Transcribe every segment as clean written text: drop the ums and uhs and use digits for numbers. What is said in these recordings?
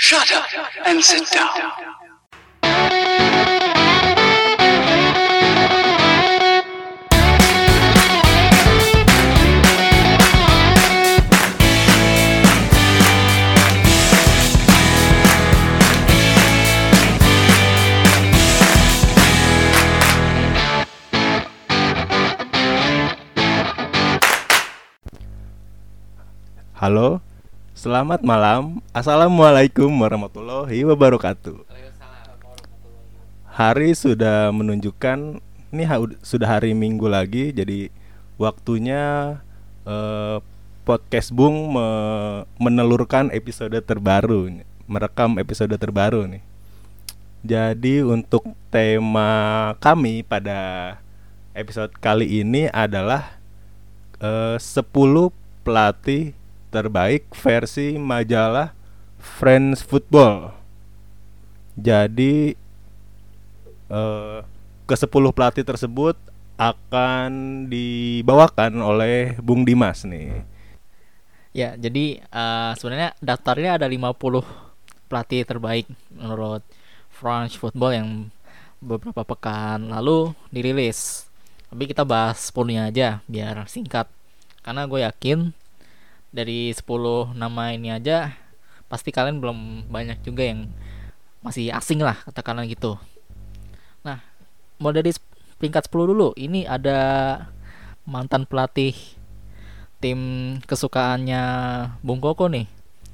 Shut up and sit down. Halo, selamat malam. Assalamualaikum warahmatullahi wabarakatuh. Hari sudah menunjukkan ini sudah hari Minggu lagi, jadi waktunya podcast Bung menelurkan episode terbaru, merekam episode terbaru nih. Jadi untuk tema kami pada episode kali ini adalah 10 pelatih terbaik versi majalah French Football. Jadi ke-10 pelatih tersebut akan dibawakan oleh Bung Dimas nih. Ya, jadi sebenarnya daftarnya ada 50 pelatih terbaik menurut French Football yang beberapa pekan lalu dirilis. Tapi kita bahas 10-nya aja biar singkat. Karena gue yakin dari 10 nama ini aja pasti kalian belum banyak juga yang masih asing lah, katakanlah gitu. Nah, mau dari peringkat 10 dulu. Ini ada mantan pelatih tim kesukaannya Bung Koko nih,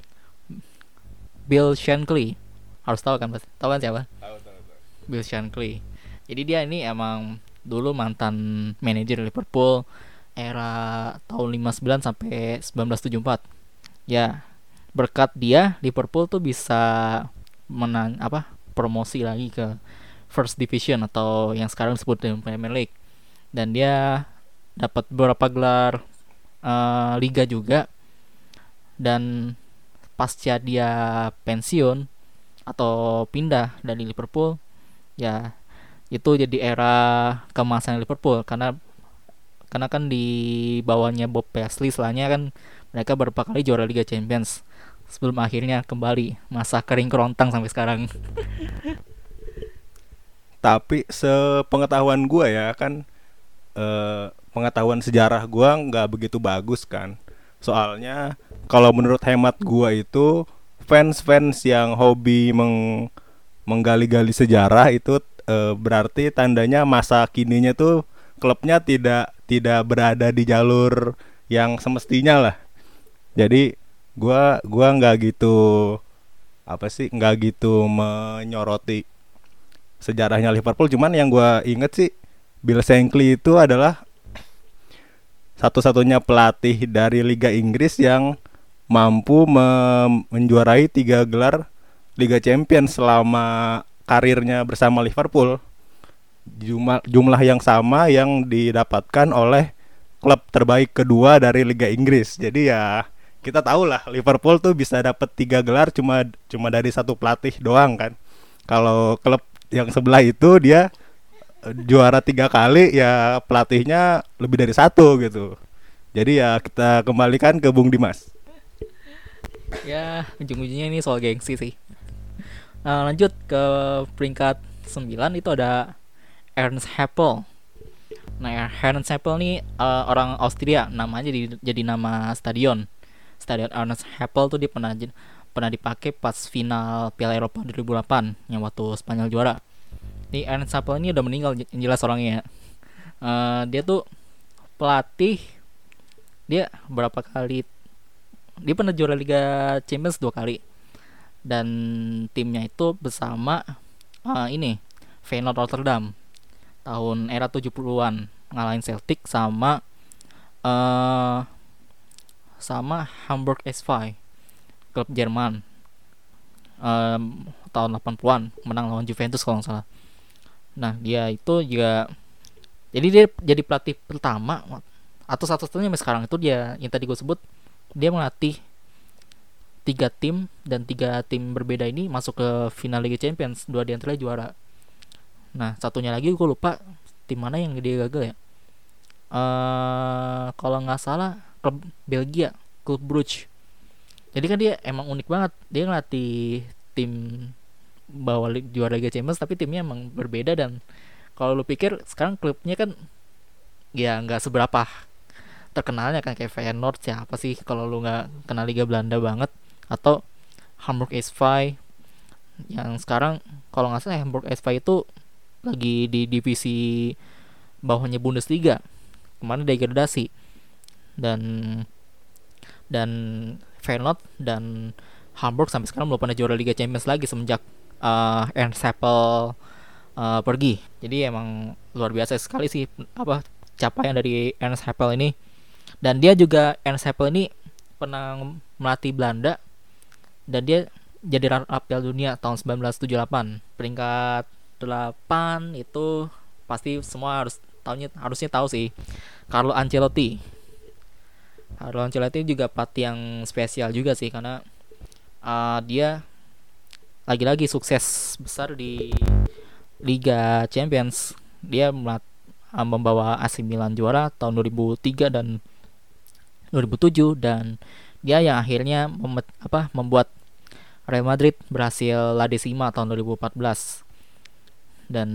Bill Shankly. Harus tahu kan, pasti tahu kan siapa? Tahu. Bill Shankly. Jadi dia ini emang dulu mantan manajer Liverpool era tahun 59 sampai 1974. Ya, berkat dia Liverpool tuh bisa promosi lagi ke First Division atau yang sekarang disebut dengan Premier League. Dan dia dapat beberapa gelar liga juga. Dan pasca dia pensiun atau pindah dari Liverpool, ya itu jadi era keemasan Liverpool karena kan di bawahnya Bob Paisley setelahnya kan mereka beberapa kali juara Liga Champions sebelum akhirnya kembali masa kering kerontang sampai sekarang. Tapi sepengetahuan gue ya kan, pengetahuan sejarah gue nggak begitu bagus kan. Soalnya kalau menurut hemat gue itu fans yang hobi menggali-gali sejarah itu berarti tandanya masa kininya tuh klubnya tidak berada di jalur yang semestinya lah. Jadi gua nggak gitu nggak gitu menyoroti sejarahnya Liverpool. Cuman yang gua inget sih Bill Shankly itu adalah satu-satunya pelatih dari Liga Inggris yang mampu menjuarai 3 gelar Liga Champions selama karirnya bersama Liverpool. Jumlah yang sama yang didapatkan oleh klub terbaik kedua dari Liga Inggris. Jadi ya kita tahu lah Liverpool tuh bisa dapat 3 gelar cuma dari satu pelatih doang kan. Kalau klub yang sebelah itu dia juara 3 kali, ya pelatihnya lebih dari 1 gitu. Jadi ya kita kembalikan ke Bung Dimas. Ya, ujung-ujungnya ini soal gengsi sih. Lanjut ke peringkat 9 itu ada Ernst Happel. Nah, Ernst Happel nih orang Austria, namanya jadi nama stadion. Stadion Ernst Happel tuh dia pernah dipakai pas final Piala Eropa 2008 yang waktu Spanyol juara. Nih Ernst Happel ini udah meninggal jelas orangnya. Dia tuh pelatih, dia berapa kali dia pernah juara Liga Champions 2 kali. Dan timnya itu bersama Feyenoord Rotterdam tahun era 70-an, ngalahin Celtic sama Hamburg SV, klub Jerman. Tahun 80-an menang lawan Juventus kalau nggak salah. Nah, dia itu juga dia jadi pelatih pertama atau satu-satunya sampai sekarang itu dia yang tadi gue sebut, dia melatih 3 tim dan 3 tim berbeda ini masuk ke final Liga Champions, 2 diantaranya juara. Nah, satunya lagi gue lupa tim mana yang dia gagal ya. Kalau nggak salah klub Belgia, klub Brugge. Jadi kan dia emang unik banget. Dia ngelatih tim juara Liga Champions, tapi timnya emang berbeda. Dan kalau lu pikir sekarang klubnya kan ya nggak seberapa terkenalnya kan, kayak Feyenoord siapa sih kalau lu nggak kenal Liga Belanda banget, atau Hamburg SV yang sekarang kalau nggak salah Hamburg SV itu lagi di divisi bawahnya Bundesliga, kemarin degradasi. Dan dan Feyenoord dan Hamburg sampai sekarang belum pernah juara Liga Champions lagi semenjak Ernst Happel pergi. Jadi emang luar biasa sekali sih apa capaian dari Ernst Happel ini. Dan dia juga, Ernst Happel ini pernah melatih Belanda, dan dia jadi runner up Piala Dunia tahun 1978. Peringkat 8 itu pasti semua harusnya tahu sih. Carlo Ancelotti juga pelatih yang spesial juga sih, karena dia lagi-lagi sukses besar di Liga Champions. Dia membawa AC Milan juara tahun 2003 dan 2007, dan dia yang akhirnya membuat Real Madrid berhasil La Decima tahun 2014. Dan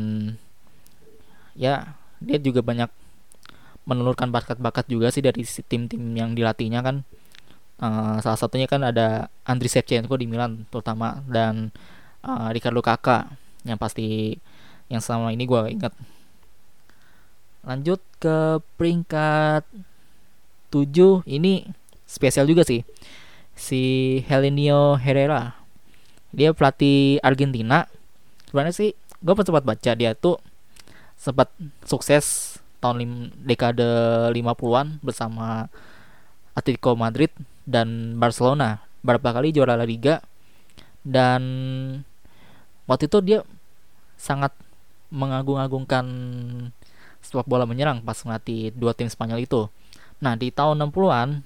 ya dia juga banyak menelurkan bakat-bakat juga sih dari tim-tim yang dilatihnya kan. Salah satunya kan ada Andriy Shevchenko di Milan terutama, dan Ricardo Kakak yang pasti yang selama ini gue ingat. Lanjut ke peringkat 7, ini spesial juga sih, si Helenio Herrera. Dia pelatih Argentina. Sebenarnya sih gue sempat baca dia tuh sempat sukses tahun dekade 50-an bersama Atletico Madrid dan Barcelona, berapa kali juara La Liga. Dan waktu itu dia sangat mengagung-agungkan sepak bola menyerang pas melatih dua tim Spanyol itu. Nah di tahun 60-an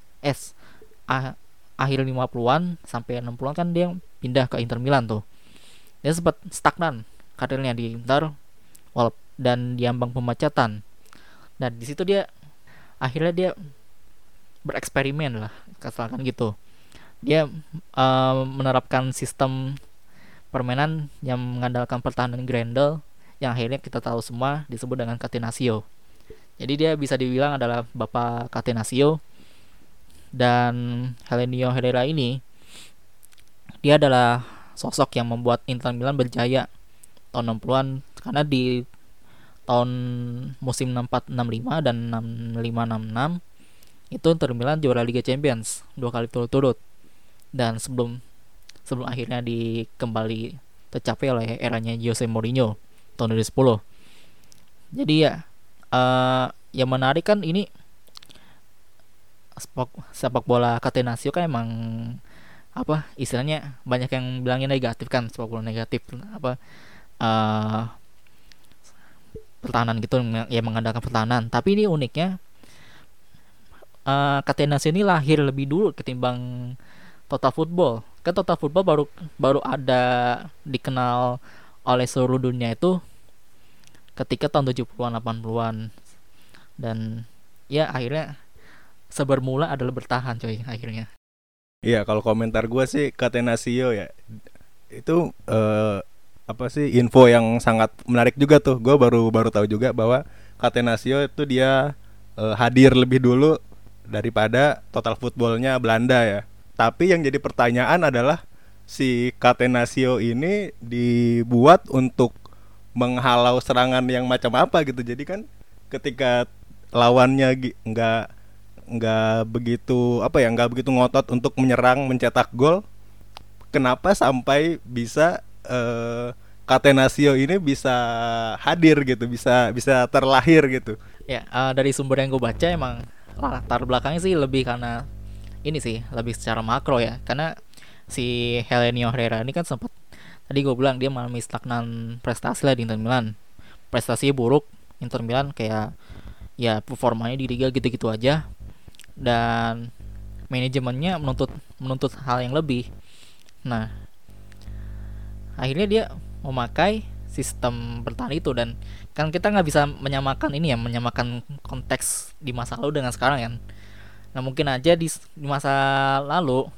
akhir 50-an sampai 60-an kan dia pindah ke Inter Milan tuh. Dia sempat stagnan karirnya di Inter dan diambang pemecatan. Dan di situ dia akhirnya bereksperimen lah, katakan gitu. Dia menerapkan sistem permainan yang mengandalkan pertahanan Grendel, yang akhirnya kita tahu semua disebut dengan Catenaccio. Jadi dia bisa dibilang adalah bapak Catenaccio. Dan Helenio Herrera ini, dia adalah sosok yang membuat Inter Milan berjaya tahun 60-an, karena di tahun musim 64-65 dan 65-66 itu Inter Milan juara Liga Champions 2 kali turut-turut. Dan sebelum akhirnya kembali tercapai oleh eranya Jose Mourinho tahun 2010. Jadi ya yang menarik kan ini sepak bola Catenaccio kan emang istilahnya banyak yang bilangnya negatif kan, sepak bola negatif pertahanan gitu ya, mengandalkan pertahanan. Tapi ini uniknya Catenaccio ini lahir lebih dulu ketimbang Total Football. Kan Total Football baru ada dikenal oleh seluruh dunia itu ketika tahun 70-an 80-an. Dan ya akhirnya sebermula adalah bertahan coy akhirnya. Iya, kalau komentar gue sih Catenaccio ya itu info yang sangat menarik juga tuh. Gue baru tahu juga bahwa Catenaccio itu dia hadir lebih dulu daripada Total Footballnya Belanda ya. Tapi yang jadi pertanyaan adalah si Catenaccio ini dibuat untuk menghalau serangan yang macam apa gitu. Jadi kan ketika lawannya nggak begitu ngotot untuk menyerang, mencetak gol, kenapa sampai bisa Catenaccio ini bisa hadir gitu, bisa terlahir gitu. Ya, dari sumber yang gue baca emang latar belakangnya sih lebih karena ini sih, lebih secara makro ya. Karena si Helenio Herrera ini kan sempat, tadi gue bilang dia mengalami stagnan prestasi lah di Inter Milan. Prestasinya buruk, Inter Milan kayak ya performanya di liga gitu-gitu aja. Dan manajemennya menuntut hal yang lebih. Nah, akhirnya dia memakai sistem bertahan itu. Dan kan kita nggak bisa menyamakan konteks di masa lalu dengan sekarang kan. Nah mungkin aja di masa lalu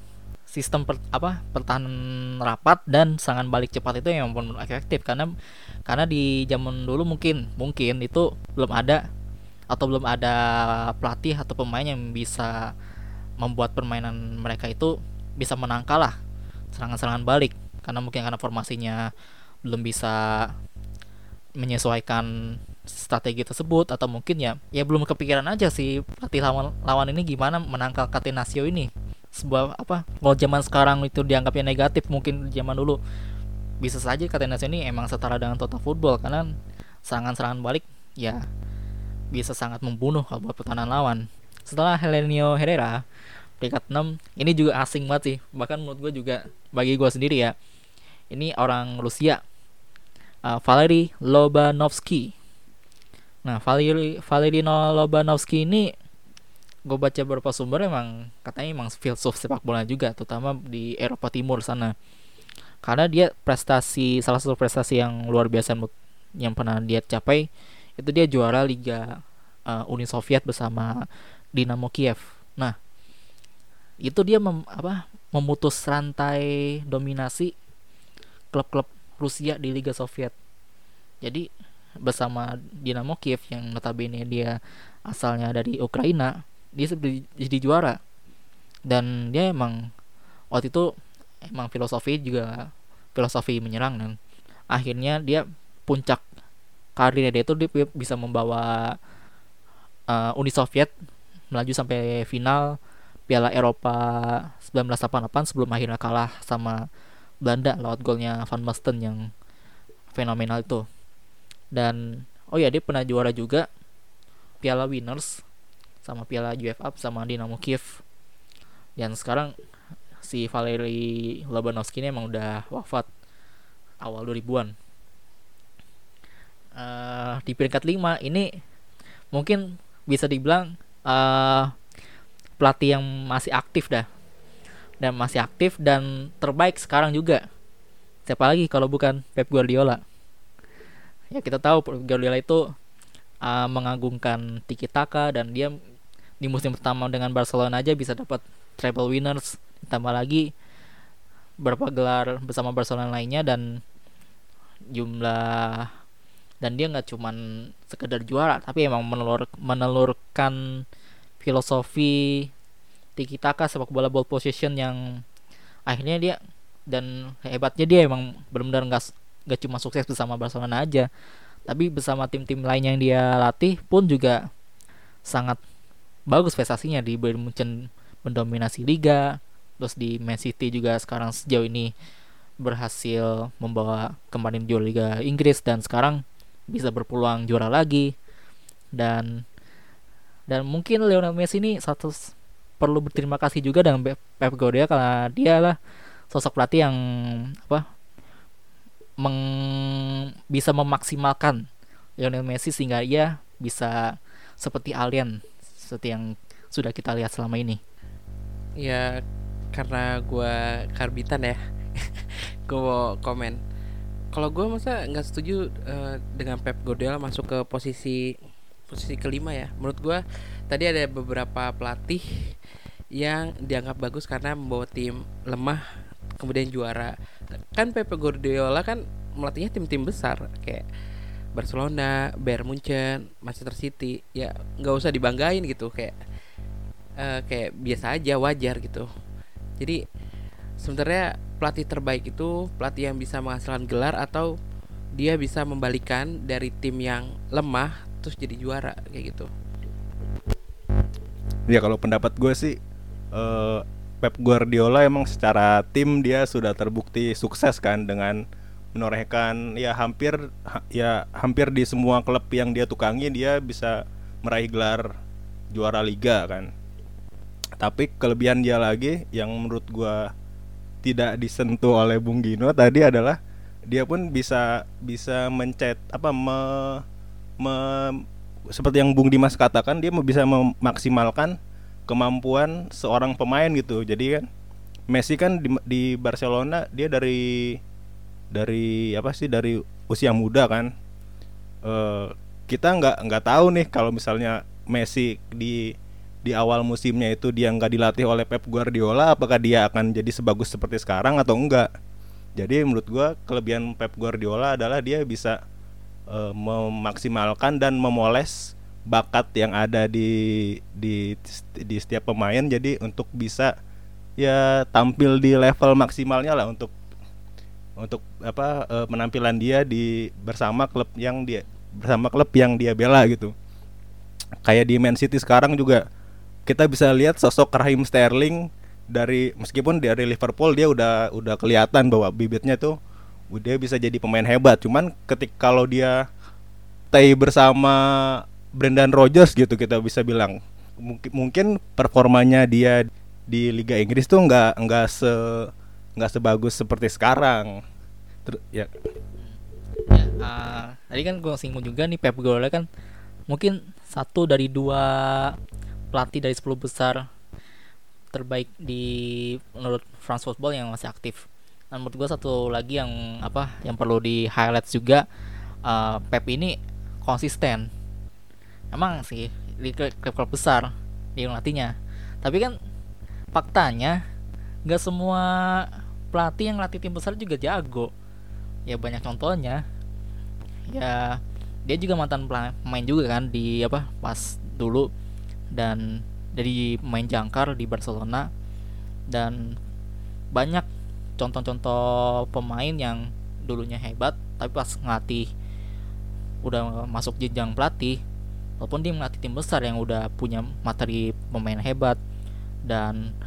sistem pertahanan rapat dan serangan balik cepat itu yang benar efektif, karena di zaman dulu mungkin itu belum ada, atau belum ada pelatih atau pemain yang bisa membuat permainan mereka itu bisa menangkal lah serangan-serangan balik, karena formasinya belum bisa menyesuaikan strategi tersebut, atau mungkin ya belum kepikiran aja sih pelatih lawan ini gimana menangkal Catenaccio ini. Sebuah kalau zaman sekarang itu dianggapnya negatif, mungkin zaman dulu bisa saja Catenaccio ini emang setara dengan total football, karena serangan-serangan balik ya bisa sangat membunuh kalau buat pertahanan lawan. Setelah Helenio Herrera peringkat 6, ini juga asing banget sih, bahkan menurut gue juga, bagi gue sendiri ya, ini orang Rusia, Valery Lobanovsky. Nah, Valery Lobanovsky ini gue baca beberapa sumber emang katanya emang filsuf sepak bola juga, terutama di Eropa Timur sana. Karena dia salah satu prestasi yang luar biasa yang pernah dia capai itu dia juara Liga Uni Soviet bersama Dinamo Kiev. Nah, itu dia memutus rantai dominasi klub-klub Rusia di Liga Soviet. Jadi bersama Dinamo Kiev yang notabene dia asalnya dari Ukraina, dia jadi juara. Dan dia emang waktu itu emang filosofi menyerang, dan akhirnya dia puncak karirnya dia itu dia bisa membawa Uni Soviet melaju sampai final Piala Eropa 1988 sebelum akhirnya kalah sama Belanda lewat golnya Van Basten yang fenomenal itu. Dan dia pernah juara juga Piala Winners sama Piala UEFA sama Dinamo Kiev. Dan sekarang si Valery Lobanovsky ini emang udah wafat awal 2000-an. Di peringkat 5 ini mungkin bisa dibilang pelatih yang masih aktif dan terbaik sekarang juga. Siapa lagi kalau bukan Pep Guardiola. Ya kita tahu Pep Guardiola itu mengagungkan tiki taka, dan dia di musim pertama dengan Barcelona aja bisa dapat treble winners, ditambah lagi beberapa gelar bersama Barcelona lainnya, dan dia nggak cuman sekedar juara, tapi emang menelurkan filosofi tiki taka sepak bola ball possession yang akhirnya dia, dan hebatnya dia emang benar-benar nggak cuma sukses bersama Barcelona aja, tapi bersama tim-tim lain yang dia latih pun juga sangat bagus prestasinya. Di Bayern Munchen mendominasi liga, terus di Man City juga sekarang sejauh ini berhasil membawa kemarin juara Liga Inggris, dan sekarang bisa berpeluang juara lagi. Dan mungkin Lionel Messi ini perlu berterima kasih juga dengan Pep Guardiola, karena dia lah sosok pelatih yang bisa memaksimalkan Lionel Messi sehingga ia bisa seperti alien seperti yang sudah kita lihat selama ini. Ya karena gue karbitan ya, gue mau komen. Kalau gue masa nggak setuju dengan Pep Guardiola masuk ke posisi kelima ya. Menurut gue tadi ada beberapa pelatih yang dianggap bagus karena membawa tim lemah kemudian juara. Kan Pep Guardiola kan melatihnya tim-tim besar kayak Barcelona, Bayern Munchen, Manchester City. Ya nggak usah dibanggain gitu, kayak biasa aja, wajar gitu. Jadi sebenarnya pelatih terbaik itu pelatih yang bisa menghasilkan gelar, atau dia bisa membalikan dari tim yang lemah terus jadi juara kayak gitu. Ya kalau pendapat gue sih Pep Guardiola emang secara tim dia sudah terbukti sukses kan, dengan menorehkan hampir di semua klub yang dia tukangi dia bisa meraih gelar juara liga kan. Tapi kelebihan dia lagi yang menurut gua tidak disentuh oleh Bung Gino tadi adalah dia pun bisa seperti yang Bung Dimas katakan, dia bisa memaksimalkan kemampuan seorang pemain gitu. Jadi kan Messi kan di Barcelona dia dari usia muda kan. Kita nggak tahu nih kalau misalnya Messi di awal musimnya itu dia nggak dilatih oleh Pep Guardiola, apakah dia akan jadi sebagus seperti sekarang atau enggak. Jadi menurut gua kelebihan Pep Guardiola adalah dia bisa memaksimalkan dan memoles bakat yang ada di setiap pemain, jadi untuk bisa ya tampil di level maksimalnya lah untuk penampilan dia bersama klub yang dia bela gitu. Kayak di Man City sekarang juga kita bisa lihat sosok Raheem Sterling, meskipun dari Liverpool dia udah kelihatan bahwa bibitnya tuh dia bisa jadi pemain hebat. Cuman kalau dia stay bersama Brendan Rodgers gitu, kita bisa bilang mungkin performanya dia di Liga Inggris tuh nggak sebagus seperti sekarang. Ya. Tadi kan gue singgung juga nih, Pep Guardiola kan mungkin satu dari 2 pelatih dari 10 besar terbaik menurut France Football yang masih aktif. Dan menurut gue satu lagi yang perlu di highlight juga, Pep ini konsisten. Emang sih di klub besar dia ngelatihnya, tapi kan faktanya nggak semua pelatih yang latih tim besar juga jago. Ya banyak contohnya. Ya dia juga mantan pemain juga kan di pas dulu, dan dari pemain jangkar di Barcelona, dan banyak contoh-contoh pemain yang dulunya hebat tapi pas ngelatih udah masuk jenjang pelatih, walaupun dia ngelatih tim besar yang udah punya materi pemain hebat dan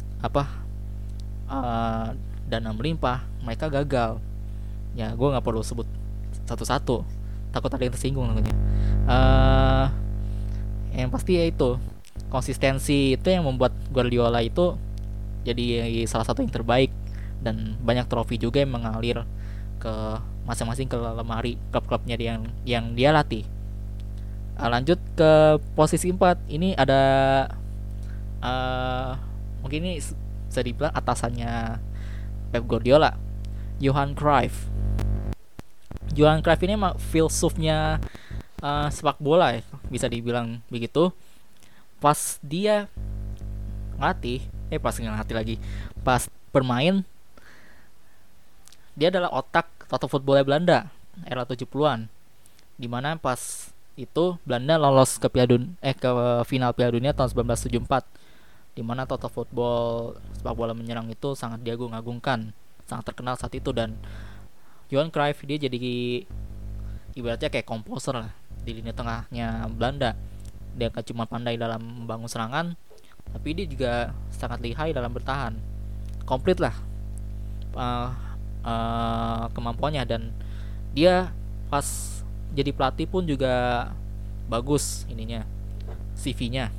dana melimpah, mereka gagal. Ya gue nggak perlu sebut satu-satu, takut ada yang tersinggung namanya. Yang pasti ya itu konsistensi itu yang membuat Guardiola itu jadi salah satu yang terbaik, dan banyak trofi juga yang mengalir ke masing-masing ke lemari klub-klubnya yang dia latih. Lanjut ke posisi 4, ini ada mungkin ini bisa dibilang atasannya Pep Guardiola, Johan Cruyff. Johan Cruyff ini emang filsufnya sepak bola ya, bisa dibilang begitu. Pas dia pas bermain, dia adalah otak total football Belanda era 70-an, dimana pas itu Belanda lolos ke final Piala Dunia tahun 1974, dimana total football sepak bola menyerang itu sangat diagung-agungkan, sangat terkenal saat itu. Dan Johan Cruyff dia jadi ibaratnya kayak komposer lah di lini tengahnya Belanda. Dia gak cuma pandai dalam membangun serangan, tapi dia juga sangat lihai dalam bertahan. Komplit lah kemampuannya, dan dia pas jadi pelatih pun juga bagus ininya, CV-nya.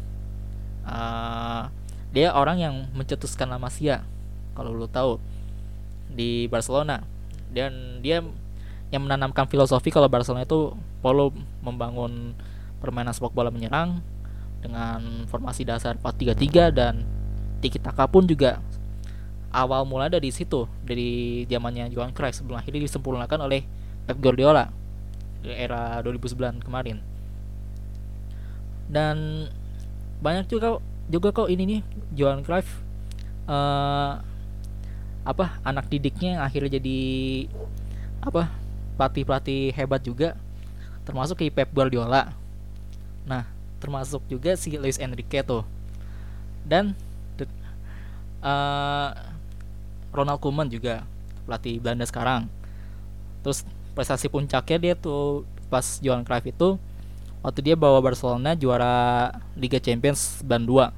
Dia orang yang mencetuskan La Masia, kalau lu tahu, di Barcelona, dan dia yang menanamkan filosofi kalau Barcelona itu perlu membangun permainan sepak bola menyerang dengan formasi dasar 4-3-3, dan tiki taka pun juga awal mula dari situ, dari zamannya Johan Cruyff sebelum akhirnya disempurnakan oleh Pep Guardiola di era 2009 kemarin. Dan banyak juga kok ini nih Johan Cruyff anak didiknya yang akhirnya jadi pelatih hebat juga, termasuk kayak Pep Guardiola. Nah, termasuk juga si Luis Enrique tuh, dan Ronald Koeman juga pelatih Belanda sekarang. Terus prestasi puncaknya dia tuh pas Johan Cruyff itu waktu dia bawa Barcelona juara Liga Champions 92,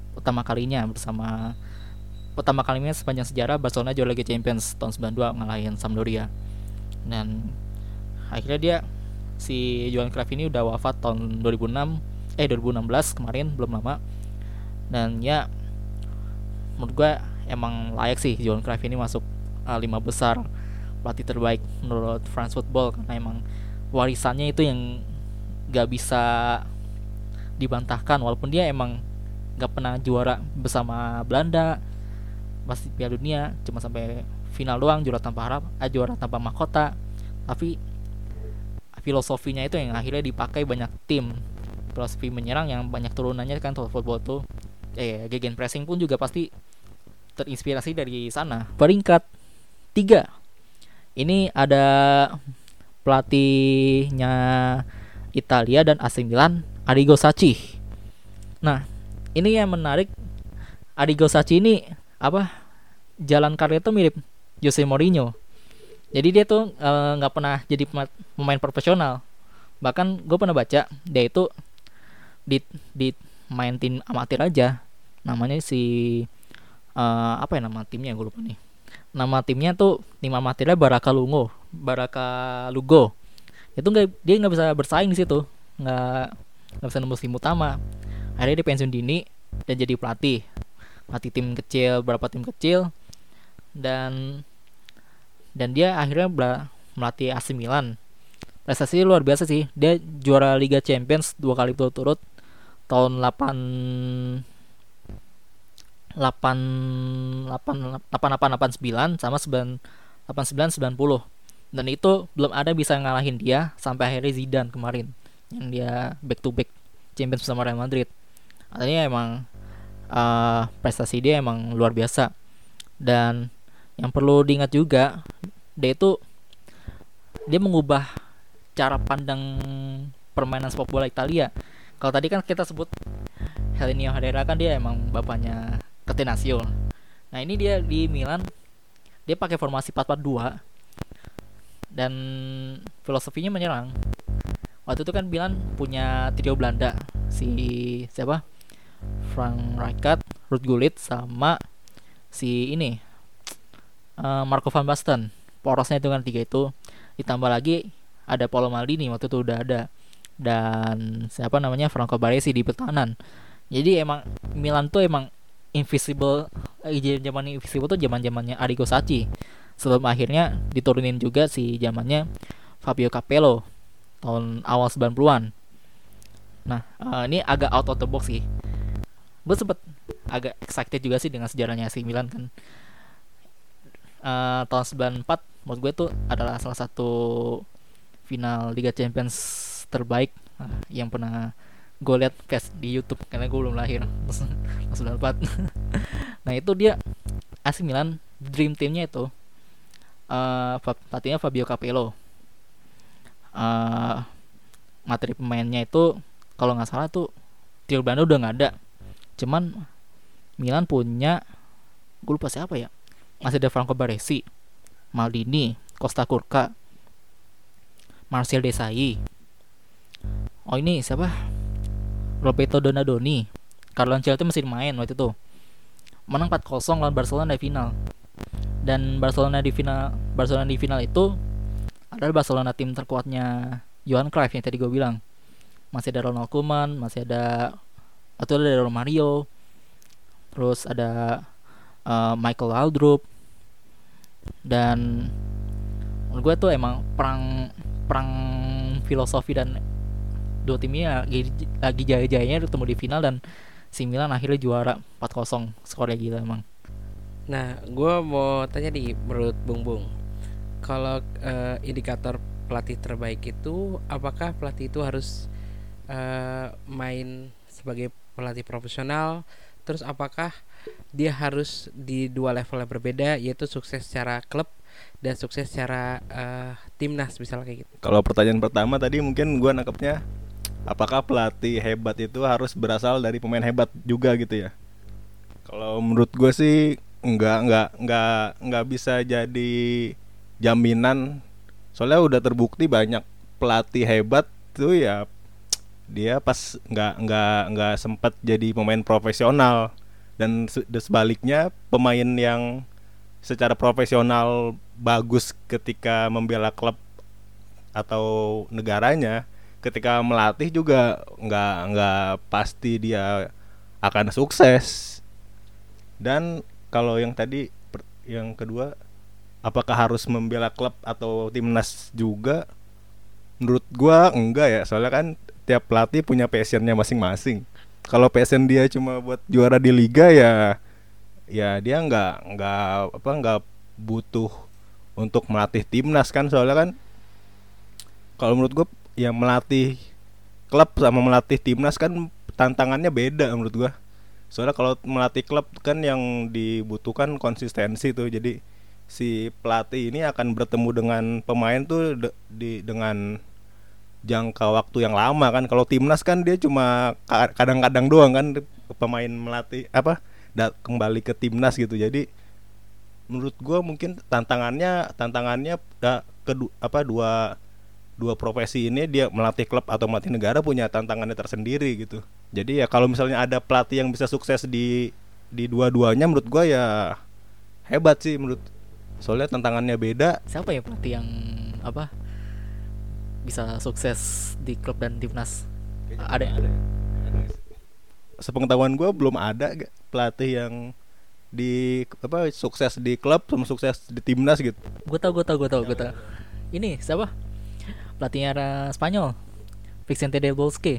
pertama kalinya sepanjang sejarah Barcelona juara Liga Champions tahun 92 ngalahin Sampdoria. Dan akhirnya dia si Johan Cruyff ini udah wafat tahun 2016 kemarin, belum lama. Dan ya menurut gue emang layak sih Johan Cruyff ini masuk 5 besar pelatih terbaik menurut France Football, karena emang warisannya itu yang gak bisa dibantahkan. Walaupun dia emang gak pernah juara bersama Belanda pasti Piala Dunia, cuma sampai final doang, juara tanpa mahkota, tapi filosofinya itu yang akhirnya dipakai banyak tim filosofi menyerang yang banyak turunannya kan total football tuh. Gegen pressing pun juga pasti terinspirasi dari sana. Peringkat 3. Ini ada pelatihnya Italia dan AC Milan, Arrigo Sacchi. Nah, ini yang menarik, Arrigo Sacchi ini jalan karir tuh mirip Jose Mourinho. Jadi dia tuh nggak pernah jadi pemain profesional. Bahkan gue pernah baca dia itu di main tim amatir aja. Namanya apa ya nama timnya, gue lupa nih. Nama timnya tuh tim amatirnya Baraka Lugo. Itu dia nggak bisa bersaing di situ, nggak bisa nembus tim utama. Akhirnya dia pensiun dini dan jadi pelatih tim kecil, beberapa tim kecil, dan dia akhirnya melatih AC Milan. Prestasi luar biasa sih. Dia juara Liga Champions 2 kali berturut-turut tahun 88 89 sama 89 90. Dan itu belum ada bisa ngalahin dia sampai akhirnya Zidane kemarin yang dia back to back Champions bersama Real Madrid. Artinya emang prestasi dia emang luar biasa. Dan yang perlu diingat juga, dia mengubah cara pandang permainan sepak bola Italia. Kalau tadi kan kita sebut Helenio Herrera kan dia emang bapaknya Catenaccio. Nah, ini dia di Milan dia pakai formasi 4-4-2 dan filosofinya menyerang. Waktu itu kan Milan punya trio Belanda, Frank Rijkaard, Ruud Gullit sama Marco van Basten. Porosnya itu kan 3 itu. Ditambah lagi ada Paolo Maldini waktu itu udah ada, dan Franco Baresi di pertahanan. Jadi emang Milan tuh emang invisible. Zaman invisible tuh zamannya Arrigo Sacchi. Sebelum akhirnya diturunin juga zamannya Fabio Capello tahun awal 90-an. Nah, ini agak out of the box sih. Gue sempet agak excited juga sih dengan sejarahnya AC Milan kan. Tahun 94 menurut gue tuh adalah salah satu final Liga Champions terbaik yang pernah gue lihat di YouTube karena gue belum lahir. 94. Nah, itu dia AC Milan dream teamnya itu pelatihnya Fabio Capello. Materi pemainnya itu kalau nggak salah tuh trio Belanda udah nggak ada. Cuman Milan punya, gue lupa siapa ya, masih ada Franco Baresi, Maldini, Costa Curta, Marcel Desailly. Oh ini siapa? Roberto Donadoni. Carlo Ancelotti masih main waktu itu. Menang 4-0 lawan Barcelona di final. Dan Barcelona di final itu adalah Barcelona tim terkuatnya Johan Cruyff yang tadi gue bilang. Masih ada Ronald Koeman, masih ada Romario, terus ada Michael Laudrup. Dan menurut gue tuh emang perang filosofi, dan dua tim ini lagi jaya-jayanya ketemu di final, dan si Milan akhirnya juara 4-0. Skornya gila emang. Nah, gue mau tanya nih, menurut Bung, kalau indikator pelatih terbaik itu, apakah pelatih itu harus main sebagai pelatih profesional? Terus apakah dia harus di dua level yang berbeda, yaitu sukses secara klub dan sukses secara timnas misalnya kayak gitu? Kalau pertanyaan pertama tadi mungkin gue nangkepnya, apakah pelatih hebat itu harus berasal dari pemain hebat juga gitu ya? Kalau menurut gue sih nggak bisa jadi jaminan. Soalnya udah terbukti banyak pelatih hebat tuh ya dia pas nggak sempat jadi pemain profesional, dan sebaliknya pemain yang secara profesional bagus ketika membela klub atau negaranya, ketika melatih juga nggak pasti dia akan sukses. Dan kalau yang tadi yang kedua, apakah harus membela klub atau timnas juga? Menurut gua enggak ya, soalnya kan tiap pelatih punya passionnya masing-masing. Kalau passion dia cuma buat juara di liga ya dia nggak butuh untuk melatih timnas kan. Soalnya kan kalau menurut gua ya melatih klub sama melatih timnas kan tantangannya beda menurut gua. Soalnya kalau melatih klub kan yang dibutuhkan konsistensi tuh. Jadi si pelatih ini akan bertemu dengan pemain tuh dengan jangka waktu yang lama kan. Kalau timnas kan dia cuma kadang-kadang doang kan pemain melatih kembali ke timnas gitu. Jadi menurut gua mungkin tantangannya dua profesi ini, dia melatih klub atau melatih negara, punya tantangannya tersendiri gitu. Jadi ya kalau misalnya ada pelatih yang bisa sukses di dua-duanya, menurut gua ya hebat sih menurut. Soalnya tantangannya beda. Siapa ya pelatih yang apa bisa sukses di klub dan timnas? Ada. Sepengetahuan gua belum ada pelatih yang sukses di klub sama sukses di timnas gitu. Gue tau. Ini siapa? Pelatihnya Spanyol, Vicente del Bosque.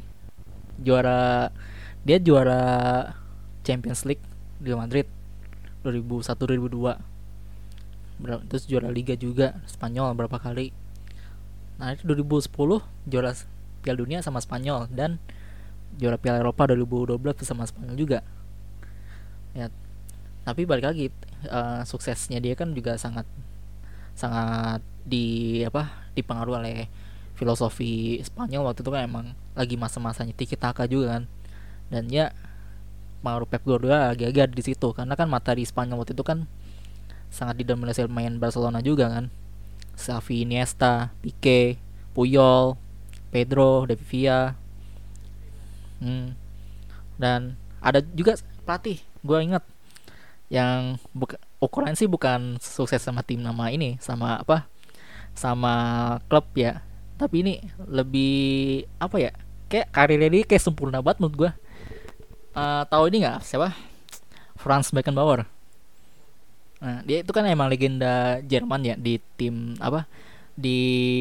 Dia juara Champions League di Madrid 2001-2002. Terus juara Liga juga Spanyol berapa kali. Nah, itu 2010 juara Piala Dunia sama Spanyol, dan juara Piala Eropa 2012 bersama Spanyol juga. Ya, tapi balik lagi, suksesnya dia kan juga sangat dipengaruhi oleh filosofi Spanyol waktu itu kan. Emang lagi masa-masanya tiki taka juga kan, dan ya pengaruh Pep Guardiola agak-agak di situ, karena kan materi Spanyol waktu itu kan sangat didominasi main Barcelona juga kan. Xavi, Iniesta, Pique, Puyol, Pedro, David Villa. Dan ada juga pelatih gue ingat yang ukuran sih bukan sukses sama tim nama ini, sama klub ya, tapi ini lebih kayak karirnya dia kayak sempurna banget menurut gue. Tahu ini nggak siapa? Franz Beckenbauer. Nah, dia itu kan emang legenda Jerman ya, di tim di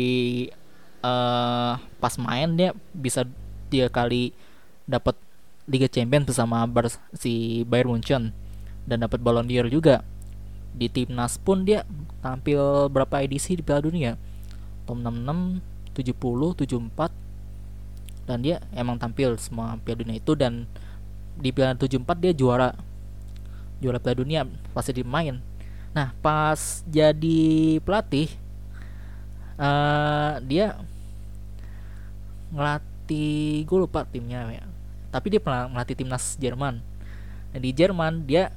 pas main dia kali dapat Liga Champions bersama si Bayern Munchen, dan dapat Ballon d'Or juga. Di timnas pun dia tampil berapa edisi di Piala Dunia, tahun 66, 70, 74, dan dia emang tampil semua Piala Dunia itu. Dan di Piala 74 dia juara Piala Dunia pas dia main. Nah, pas jadi pelatih, dia ngelatih, gue lupa timnya ya, tapi dia pernah melatih timnas Jerman. Nah, di Jerman dia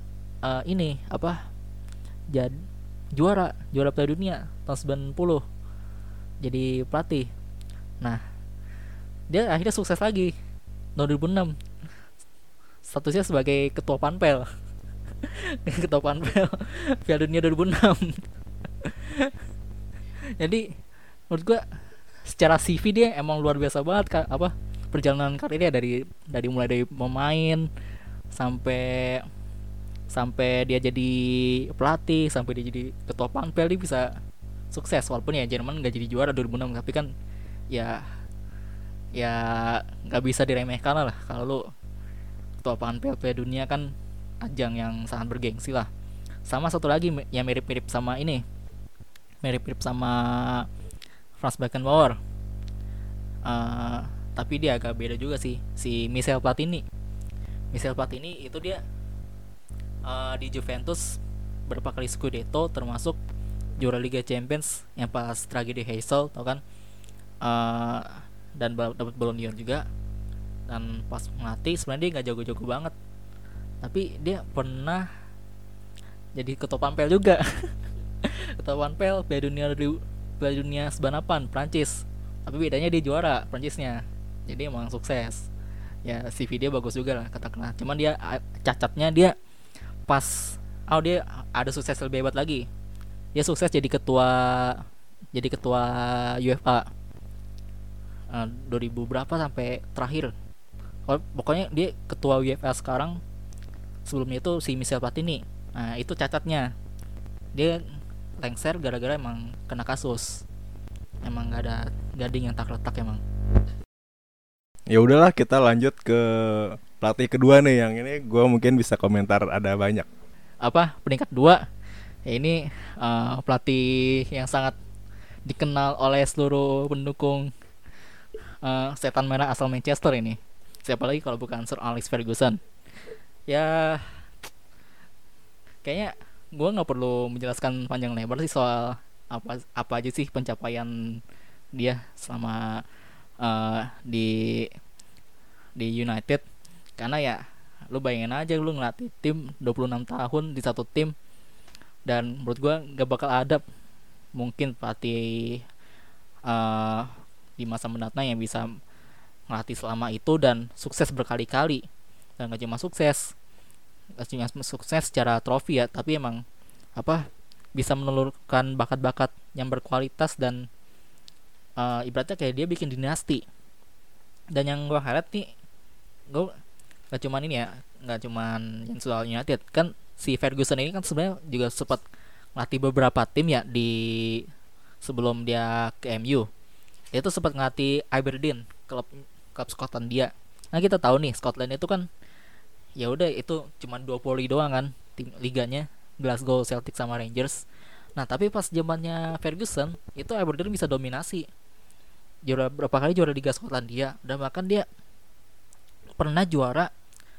jadi juara Piala Dunia tahun 90, jadi pelatih. Nah, dia akhirnya sukses lagi 2006, statusnya sebagai ketua Panpel. Ketua Panpel Piala Dunia 2006. Jadi menurut gua secara CV dia emang luar biasa banget perjalanan karirnya, dari mulai dari pemain sampai dia jadi pelatih, sampai dia jadi ketua Panpel, dia bisa sukses. Walaupun ya Jerman nggak jadi juara 2006, tapi kan ya nggak bisa diremehkan lah. Kalau lu ketua Panpel Piala Dunia kan ajang yang sangat bergengsi lah. Sama satu lagi yang mirip-mirip sama Franz Beckenbauer, tapi dia agak beda juga sih, si Michel Platini itu dia di Juventus berapa kali Scudetto, termasuk juara Liga Champions yang pas tragedi Heysel, tau kan, dan dapat Ballon d'Or juga. Dan pas melatih sebenarnya dia nggak jago-jago banget, tapi dia pernah jadi ketua Panpel juga. Ketua Panpel Piala Dunia 98 Prancis, tapi bedanya dia juara Prancisnya, jadi emang sukses ya. CV dia bagus juga lah katakanlah. Cuman dia cacatnya, dia dia ada sukses lebih hebat lagi. Dia sukses jadi ketua UEFA 2000 berapa sampai terakhir. Pokoknya dia ketua UEFA sekarang. Sebelumnya itu si Michel Platini. Nah, itu cacatnya. Dia lengser gara-gara emang kena kasus. Emang gak ada gading yang tak letak emang. Ya udahlah, kita lanjut ke pelatih kedua nih, yang ini gue mungkin bisa komentar, ada banyak. Peringkat 2 ya, ini pelatih yang sangat dikenal oleh seluruh pendukung setan merah asal Manchester ini. Siapa lagi kalau bukan Sir Alex Ferguson. Ya kayaknya gue nggak perlu menjelaskan panjang lebar sih soal apa aja sih pencapaian dia selama di United, karena ya lu bayangin aja lu ngelatih tim 26 tahun di satu tim, dan menurut gue nggak bakal ada mungkin pelatih di masa mendatang yang bisa ngelatih selama itu dan sukses berkali-kali. Dan gak cuma sukses secara trofi ya, tapi emang bisa menelurkan bakat-bakat yang berkualitas dan ibaratnya kayak dia bikin dinasti. Dan yang gue highlight nih, gue gak cuman ini ya, gak cuman yang soal United kan, si Ferguson ini kan sebenarnya juga sempat ngelatih beberapa tim ya di sebelum dia ke MU. Dia tuh sempat ngelatih Aberdeen, klub Skotlandia. Nah kita tahu nih Scotland itu kan ya udah itu cuma 20 doang kan tim liganya, Glasgow, Celtic sama Rangers. Nah tapi pas zamannya Ferguson itu Aberdeen bisa dominasi, berapa kali juara Liga Skotlandia, dan bahkan dia pernah juara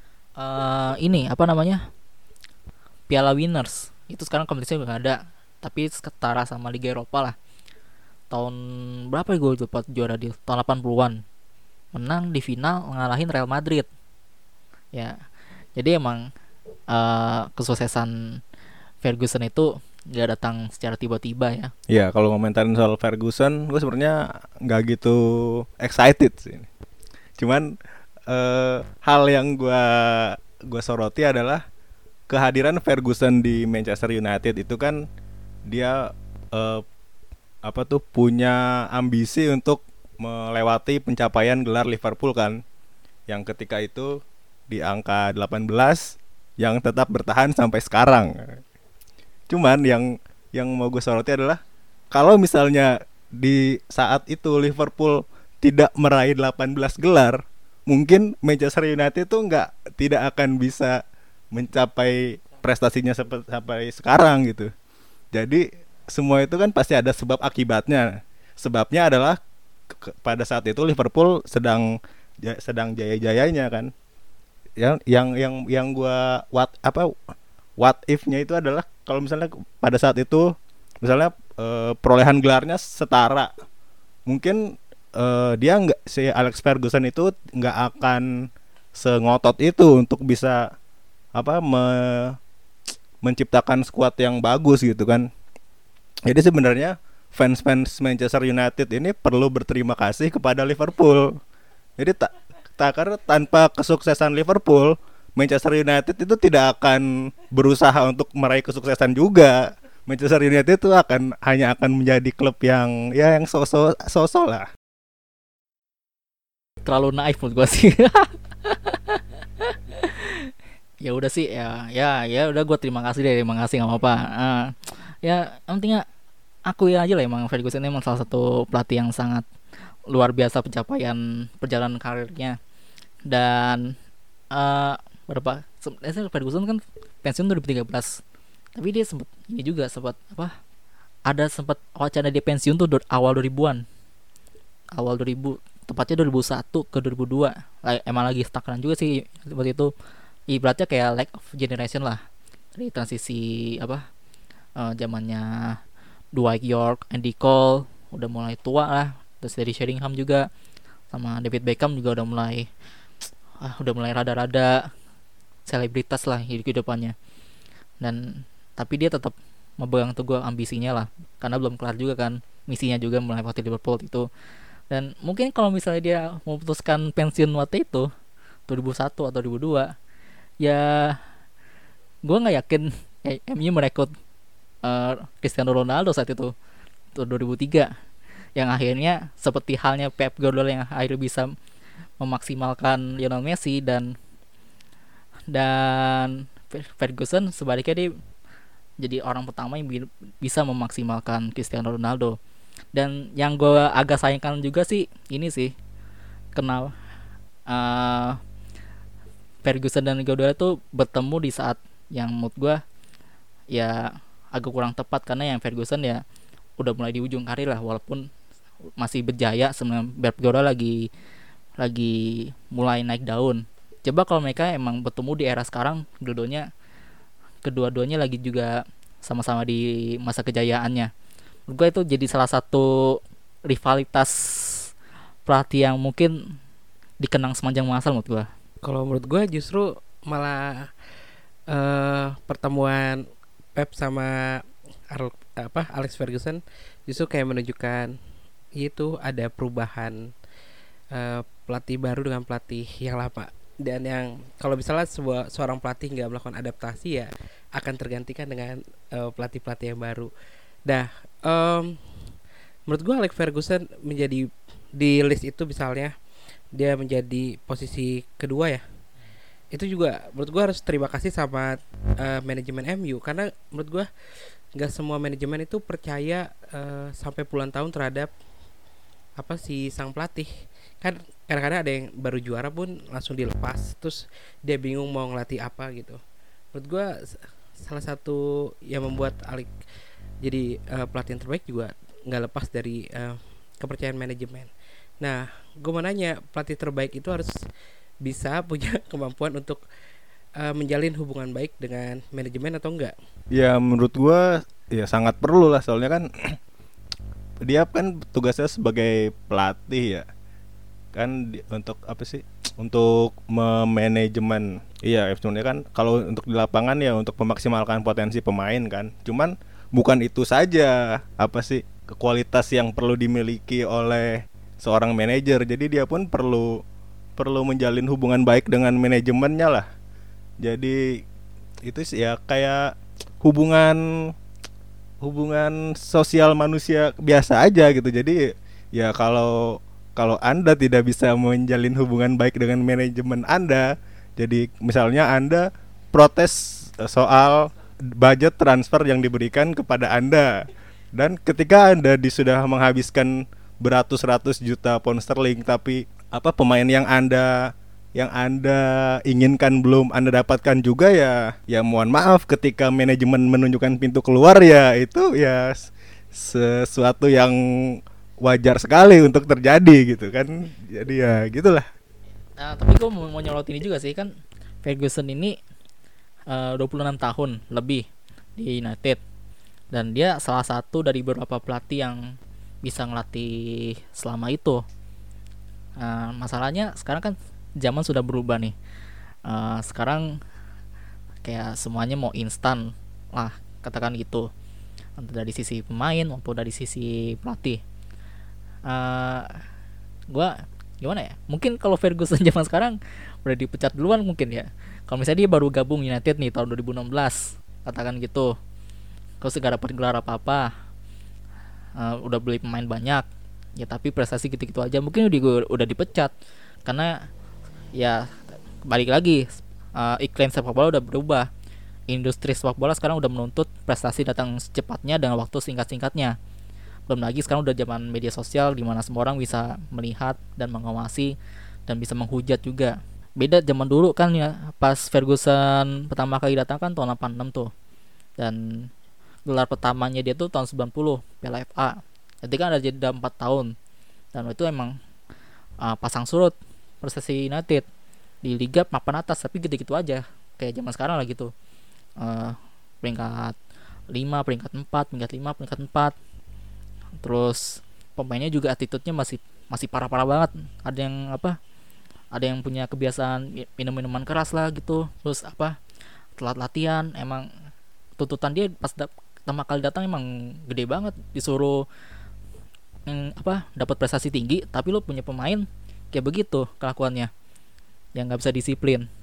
Piala Winners. Itu sekarang kompetisinya udah gak ada, tapi setara sama Liga Eropa lah. Tahun berapa ya gue lupa, juara di tahun 80-an, menang di final ngalahin Real Madrid ya. Jadi emang kesuksesan Ferguson itu gak datang secara tiba-tiba ya. Iya, kalau komentarin soal Ferguson, gue sebenarnya nggak gitu excited sih. Cuman hal yang gue soroti adalah kehadiran Ferguson di Manchester United itu kan dia punya ambisi untuk melewati pencapaian gelar Liverpool kan, yang ketika itu di angka 18 yang tetap bertahan sampai sekarang. Cuman yang mau gue soroti adalah kalau misalnya di saat itu Liverpool tidak meraih 18 gelar, mungkin Manchester United tuh tidak akan bisa mencapai prestasinya sampai sekarang gitu. Jadi semua itu kan pasti ada sebab akibatnya. Sebabnya adalah pada saat itu Liverpool sedang jaya-jayanya kan. Yang gua what if-nya itu adalah kalau misalnya pada saat itu misalnya perolehan gelarnya setara, mungkin si Alex Ferguson itu nggak akan sengotot itu untuk bisa menciptakan skuad yang bagus gitu kan. Jadi sebenarnya fans Manchester United ini perlu berterima kasih kepada Liverpool. Jadi karena tanpa kesuksesan Liverpool, Manchester United itu tidak akan berusaha untuk meraih kesuksesan juga. Manchester United itu hanya akan menjadi klub yang so-so lah. Terlalu naif menurut gue sih. Ya udah sih, ya udah, gue terima kasih nggak apa-apa. Ya intinya aku ya aja lah, emang Ferguson emang salah satu pelatih yang sangat luar biasa pencapaian perjalanan karirnya. Dan Ferguson kan pensiun 2013, tapi dia sempat wacana dia pensiun tuh awal 2000-an, tepatnya 2001 ke 2002. Emang lagi stagnan juga sih seperti itu, ibaratnya kayak lack of generation lah, dari transisi zamannya Dwight York, Andy Cole udah mulai tua lah, terus dari Sheringham juga, sama David Beckham juga udah mulai rada-rada selebritas lah hidupannya. Dan tapi dia tetap memegang teguh ambisinya lah, karena belum kelar juga kan misinya juga melewati Liverpool itu. Dan mungkin kalau misalnya dia memutuskan pensiun waktu itu 2001 atau 2002, ya gue nggak yakin MU merekrut Cristiano Ronaldo saat itu 2003, yang akhirnya seperti halnya Pep Guardiola yang akhirnya bisa memaksimalkan Lionel Messi, dan Ferguson sebaliknya dia jadi orang pertama yang bisa memaksimalkan Cristiano Ronaldo. Dan yang gue agak sayangkan juga sih ini sih, kenal Ferguson dan Guardiola tuh bertemu di saat yang menurut gue ya agak kurang tepat, karena yang Ferguson ya udah mulai di ujung karir lah, walaupun masih berjaya, sebenarnya Pep Guardiola lagi mulai naik daun. Coba kalau mereka emang bertemu di era sekarang, kedua-duanya lagi juga sama-sama di masa kejayaannya. Menurut gue itu jadi salah satu rivalitas pelatih yang mungkin dikenang sepanjang masa menurut gue. Kalau menurut gue justru malah pertemuan Pep sama Alex Ferguson justru kayak menunjukkan itu ada perubahan pelatih baru dengan pelatih yang lama, dan yang kalau misalnya seorang pelatih nggak melakukan adaptasi ya akan tergantikan dengan pelatih-pelatih yang baru. Nah, menurut gue Alex Ferguson menjadi di list itu, misalnya dia menjadi posisi kedua ya, itu juga menurut gue harus terima kasih sama manajemen MU, karena menurut gue nggak semua manajemen itu percaya sampai puluhan tahun terhadap si sang pelatih. Kan kadang-kadang ada yang baru juara pun langsung dilepas, terus dia bingung mau ngelatih apa gitu. Menurut gue salah satu yang membuat Alex jadi pelatih yang terbaik juga nggak lepas dari kepercayaan manajemen. Nah, gue mau nanya, pelatih terbaik itu harus bisa punya kemampuan untuk menjalin hubungan baik dengan manajemen atau enggak? Ya menurut gua ya sangat perlu lah, soalnya kan dia kan tugasnya sebagai pelatih ya. Kan untuk apa sih? Untuk memanajemen. Iya, sebenarnya kan kalau untuk di lapangan ya untuk memaksimalkan potensi pemain kan. Cuman bukan itu saja apa sih kualitas yang perlu dimiliki oleh seorang manajer. Jadi dia pun perlu menjalin hubungan baik dengan manajemennya lah. Jadi itu sih ya kayak hubungan sosial manusia biasa aja gitu. Jadi ya kalau Anda tidak bisa menjalin hubungan baik dengan manajemen Anda, jadi misalnya Anda protes soal budget transfer yang diberikan kepada Anda, dan ketika Anda sudah menghabiskan beratus-ratus juta pound sterling, tapi pemain yang Anda inginkan belum Anda dapatkan juga, ya mohon maaf, ketika manajemen menunjukkan pintu keluar ya itu ya sesuatu yang wajar sekali untuk terjadi gitu kan. Jadi ya gitulah. Nah, tapi gue mau nyorot ini juga sih, kan Ferguson ini 26 tahun lebih di United, dan dia salah satu dari beberapa pelatih yang bisa ngelatih selama itu. Masalahnya sekarang kan zaman sudah berubah nih. Sekarang kayak semuanya mau instan lah, katakan gitu, entah dari sisi pemain maupun dari sisi pelatih. Gua gimana ya? Mungkin kalau Ferguson zaman sekarang udah dipecat duluan mungkin ya. Kalau misalnya dia baru gabung United nih tahun 2016, katakan gitu, terus gak dapat gelar apa-apa, udah beli pemain banyak, ya tapi prestasi gitu-gitu aja, mungkin udah dipecat. Karena ya balik lagi, iklim sepak bola udah berubah. Industri sepak bola sekarang udah menuntut prestasi datang secepatnya dengan waktu singkat-singkatnya. Belum lagi sekarang udah zaman media sosial di mana semua orang bisa melihat dan mengawasi dan bisa menghujat juga. Beda zaman dulu kan ya, pas Ferguson pertama kali datang kan tahun 86 tuh. Dan gelar pertamanya dia tuh tahun 90, Piala FA. Jadi kan ada jeda 4 tahun. Dan itu emang pasang surut prestasi United di liga papan atas, tapi gitu-gitu aja kayak zaman sekarang lah gitu. Peringkat 5, peringkat 4, peringkat 5, peringkat 4. Terus pemainnya juga attitude-nya masih parah-parah banget. Ada yang punya kebiasaan minum minuman keras lah gitu. Terus telat latihan. Emang tuntutan dia pas pertama kali datang emang gede banget. Disuruh dapat prestasi tinggi, tapi lo punya pemain kayak begitu kelakuannya, yang nggak bisa disiplin.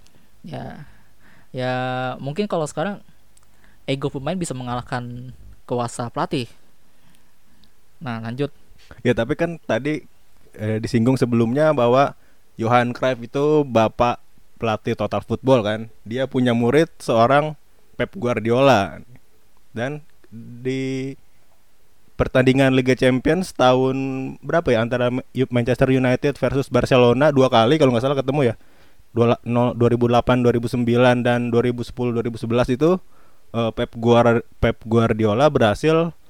Ya mungkin kalau sekarang ego pemain bisa mengalahkan kuasa pelatih. Nah lanjut. Ya tapi kan tadi disinggung sebelumnya bahwa Johan Cruyff itu bapak pelatih total football kan. Dia punya murid seorang Pep Guardiola. Dan di pertandingan Liga Champions tahun berapa ya, antara Manchester United versus Barcelona 2 kali kalau nggak salah ketemu ya, 2008, 2009 dan 2010, 2011 itu Pep Guardiola berhasil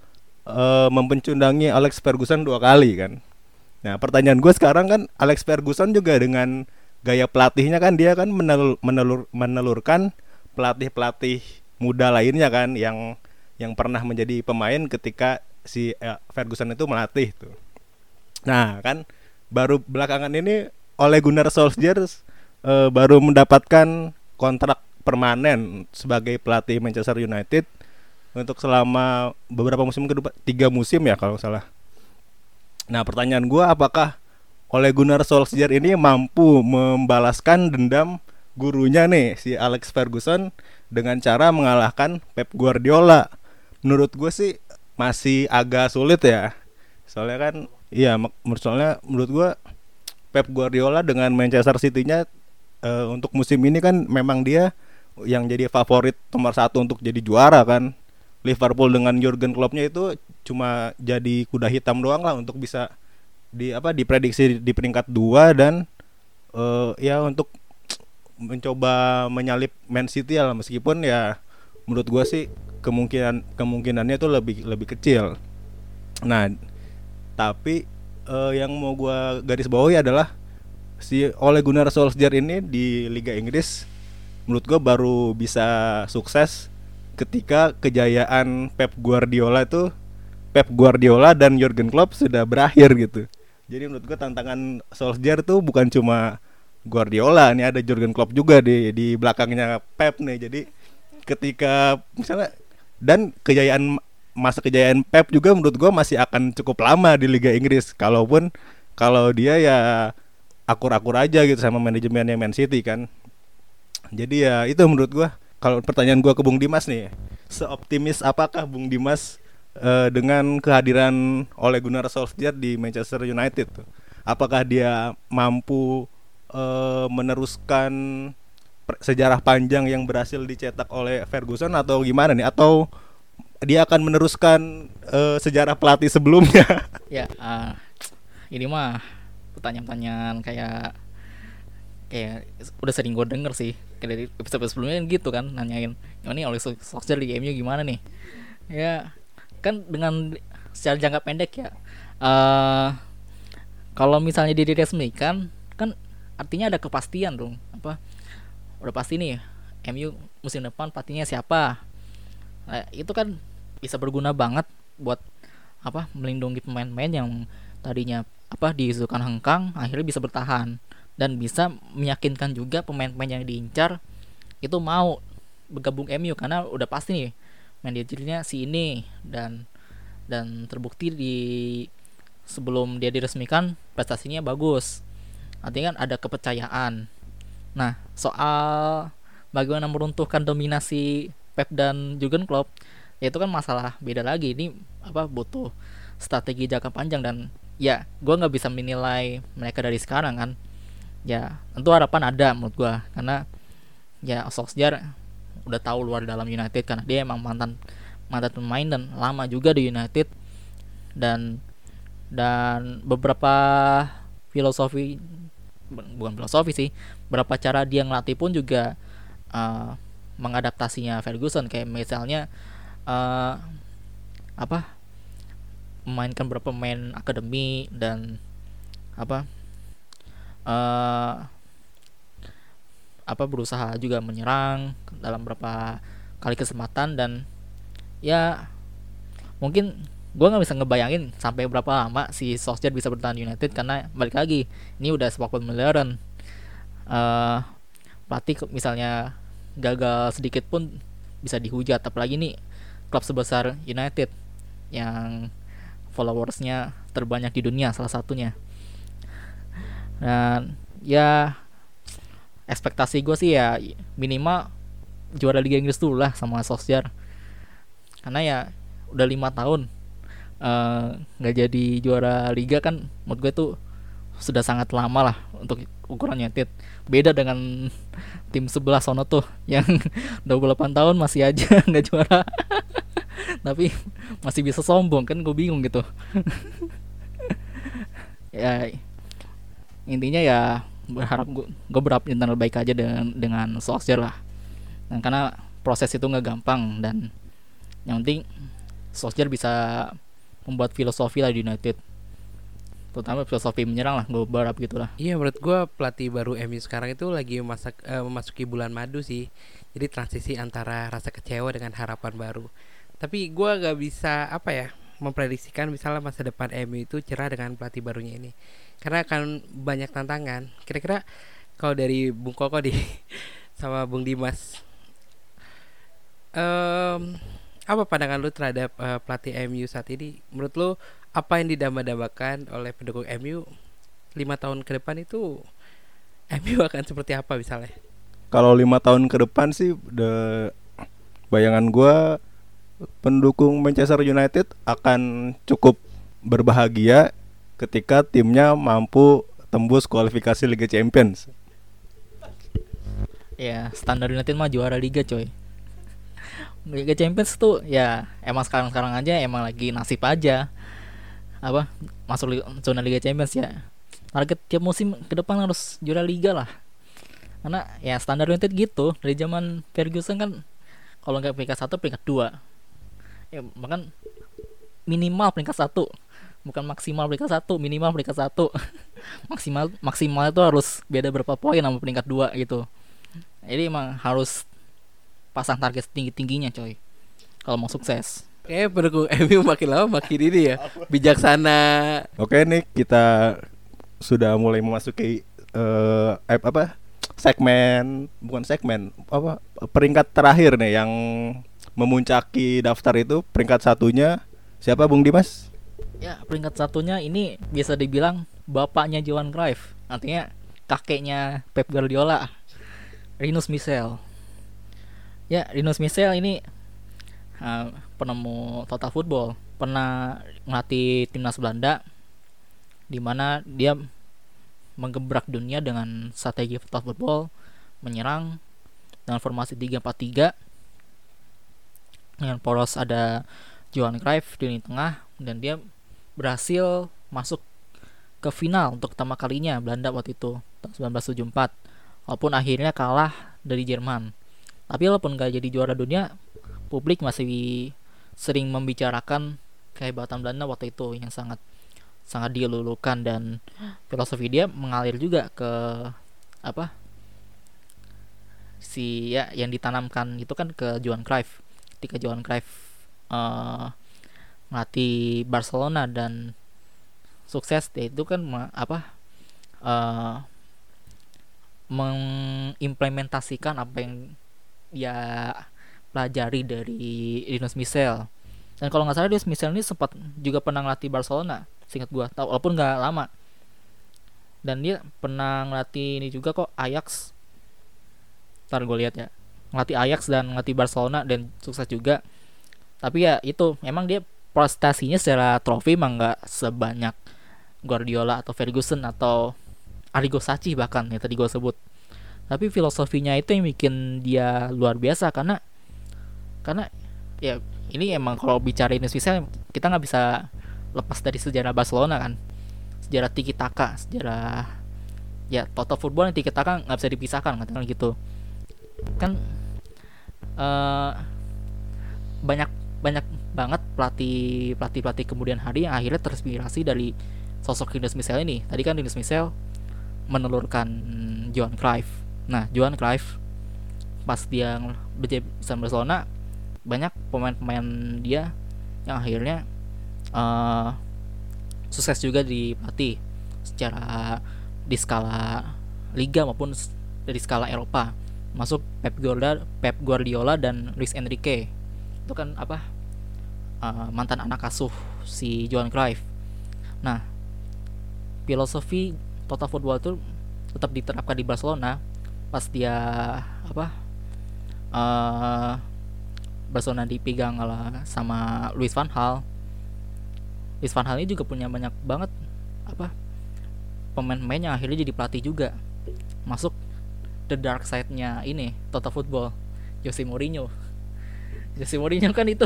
mempencundangi Alex Ferguson 2 kali kan. Nah, pertanyaan gue sekarang kan, Alex Ferguson juga dengan gaya pelatihnya kan, dia kan menelurkan pelatih-pelatih muda lainnya kan, yang pernah menjadi pemain ketika si Ferguson itu melatih tuh. Nah, kan baru belakangan ini Ole Gunnar Solskjaer baru mendapatkan kontrak permanen sebagai pelatih Manchester United untuk selama beberapa musim ke depan, 3 musim ya kalau salah. Nah, pertanyaan gue, apakah Ole Gunnar Solskjaer ini mampu membalaskan dendam gurunya nih, si Alex Ferguson, dengan cara mengalahkan Pep Guardiola? Menurut gue sih masih agak sulit ya. Soalnya kan, iya, soalnya menurut gue Pep Guardiola dengan Manchester City-nya untuk musim ini kan memang dia yang jadi favorit nomor 1 untuk jadi juara kan. Liverpool dengan Jurgen Klopp-nya itu cuma jadi kuda hitam doang lah untuk bisa diprediksi di peringkat 2 dan ya untuk mencoba menyalip Man City lah, meskipun ya menurut gua sih kemungkinannya itu lebih kecil. Nah, tapi yang mau gua garis bawahi adalah si Ole Gunnar Solskjaer ini di Liga Inggris menurut gua baru bisa sukses ketika kejayaan Pep Guardiola dan Jurgen Klopp sudah berakhir gitu. Jadi menurut gue tantangan Solskjaer tuh bukan cuma Guardiola, nih ada Jurgen Klopp juga di belakangnya Pep nih. Jadi ketika misalnya, dan masa kejayaan Pep juga menurut gue masih akan cukup lama di Liga Inggris, kalau dia ya akur-akur aja gitu sama manajemennya Man City kan. Jadi ya itu menurut gue. Kalau pertanyaan gue ke Bung Dimas nih, seoptimis apakah Bung Dimas dengan kehadiran Ole Gunnar Solskjaer di Manchester United tuh? Apakah dia mampu meneruskan sejarah panjang yang berhasil dicetak oleh Ferguson atau gimana nih? Atau dia akan meneruskan sejarah pelatih sebelumnya? Ya, ini mah pertanyaan-pertanyaan kayak udah sering gue denger sih, kayak dari episode sebelumnya kan gitu kan, nanyain ini Ole Solskjaer di MU gimana nih. Ya kan dengan secara jangka pendek ya, kalau misalnya diresmikan kan artinya ada kepastian dong, udah pasti nih MU musim depan pelatihnya siapa. Nah, itu kan bisa berguna banget buat melindungi pemain-pemain yang tadinya diisukan hengkang akhirnya bisa bertahan, dan bisa meyakinkan juga pemain-pemain yang diincar itu mau bergabung MU karena udah pasti nih manajernya si ini, dan terbukti di sebelum dia diresmikan prestasinya bagus. Artinya kan ada kepercayaan. Nah, soal bagaimana meruntuhkan dominasi Pep dan Jurgen Klopp, ya itu kan masalah beda lagi. Ini butuh strategi jangka panjang, dan ya gue nggak bisa menilai mereka dari sekarang kan. Ya tentu harapan ada menurut gue, karena ya Solskjaer udah tahu luar dalam United, karena dia emang mantan pemain dan lama juga di United, dan beberapa bukan filosofi sih, beberapa cara dia ngelatih pun juga mengadaptasinya Ferguson, kayak misalnya memainkan beberapa pemain akademi dan berusaha juga menyerang dalam beberapa kali kesempatan. Dan ya mungkin gue nggak bisa ngebayangin sampai berapa lama si Solskjaer bisa bertahan United, karena balik lagi ini udah sepak bola modern. Pelatih misalnya gagal sedikit pun bisa dihujat, apalagi nih klub sebesar United yang followersnya terbanyak di dunia salah satunya. Dan ya ekspektasi gue sih ya minimal juara Liga Inggris dulu lah sama Solskjaer, karena ya udah 5 tahun nggak jadi juara Liga kan, menurut gue tuh sudah sangat lama lah untuk ukuran United. Beda dengan tim sebelah sono tuh yang 28 tahun masih aja nggak juara tapi masih bisa sombong kan, gue bingung gitu. Ya intinya ya gue berharap yang terbaik aja dengan Solskjaer lah, dan karena proses itu nggak gampang, dan yang penting Solskjaer bisa membuat filosofi lah di United, terutama filosofi menyerang lah, gue berharap gitulah. Iya, menurut gua pelatih baru MU sekarang itu lagi memasuki bulan madu sih. Jadi transisi antara rasa kecewa dengan harapan baru. Tapi gua gak bisa apa ya memprediksikan misalnya masa depan MU itu cerah dengan pelatih barunya ini. Karena akan banyak tantangan. Kira-kira kalau dari Bung Koko di sama Bung Dimas, apa pandangan lu terhadap pelatih MU saat ini? Menurut lu apa yang didamba-dambakan oleh pendukung MU 5 tahun ke depan itu, MU akan seperti apa misalnya? Kalau 5 tahun ke depan sih, bayangan gue pendukung Manchester United akan cukup berbahagia ketika timnya mampu tembus kualifikasi Liga Champions. Ya standar United mah juara liga coy. Liga Champions tuh ya emang sekarang aja emang lagi nasib aja apa masuk zona Liga Champions ya. Target tiap musim ke depan harus juara liga lah. Karena ya standar United gitu dari zaman Ferguson kan, kalau nggak peringkat 1 peringkat 2. Ya bahkan minimal peringkat 1. Bukan maksimal peringkat 1, minimal peringkat 1. maksimal itu harus beda berapa poin sama peringkat 2 gitu. Jadi emang harus pasang target tinggi-tingginya coy kalau mau sukses. Kayaknya pendukung MU makin lama makin ini ya bijaksana. Oke nih, kita sudah mulai memasuki peringkat terakhir nih yang memuncaki daftar itu. Peringkat satunya siapa, Bung Dimas? Ya peringkat satunya ini bisa dibilang bapaknya Johan Cruyff, artinya kakeknya Pep Guardiola, Rinus Michels. Ya Rinus Michels ini penemu total football, pernah melatih timnas Belanda, di mana dia menggebrak dunia dengan strategi total football, menyerang dengan formasi 3-4-3. Dengan poros ada Johan Cruyff di lini tengah, dan dia berhasil masuk ke final untuk pertama kalinya Belanda waktu itu tahun 1974, walaupun akhirnya kalah dari Jerman. Tapi walaupun gak jadi juara dunia, publik masih sering membicarakan kehebatan Belanda waktu itu yang sangat dilulukan, dan filosofi dia mengalir juga ke yang ditanamkan itu kan ke Johan Cruyff. Ketika Johan Cruyff melatih Barcelona dan sukses, dia itu kan mengimplementasikan apa yang dia pelajari dari Rinus Michels. Dan kalau nggak salah Rinus Michels ini sempat juga pernah ngelatih Barcelona, seingat gua, tahu walaupun nggak lama. Dan dia pernah ngelatih ini juga kok, Ajax. Ntar gue lihat ya, ngelatih Ajax dan ngelatih Barcelona dan sukses juga. Tapi ya itu emang dia prestasinya secara trofi emang nggak sebanyak Guardiola atau Ferguson atau Arrigo Sacchi bahkan yang tadi gue sebut. Tapi filosofinya itu yang bikin dia luar biasa, karena ya ini emang kalau bicara Indonesia kita nggak bisa lepas dari sejarah Barcelona kan, sejarah tiki taka, sejarah ya total football yang tiki taka nggak bisa dipisahkan katakan gitu kan. Banyak banget pelatih kemudian hari yang akhirnya terinspirasi dari sosok Rinus Michels ini. Tadi kan Rinus Michels menelurkan Johan Cruyff. Nah, Johan Cruyff pas dia bersama Barcelona, banyak pemain-pemain dia yang akhirnya sukses juga di pelatih secara di skala liga maupun dari skala Eropa. Masuk Pep Guardiola dan Luis Enrique. Itu kan mantan anak asuh si Johan Cruyff. Nah, filosofi total football itu tetap diterapkan di Barcelona pas dia Barcelona dipegang sama Louis van Gaal. Louis van Gaal ini juga punya banyak banget pemain-pemain yang akhirnya jadi pelatih juga. Masuk the dark side-nya ini total football, Jose Mourinho kan itu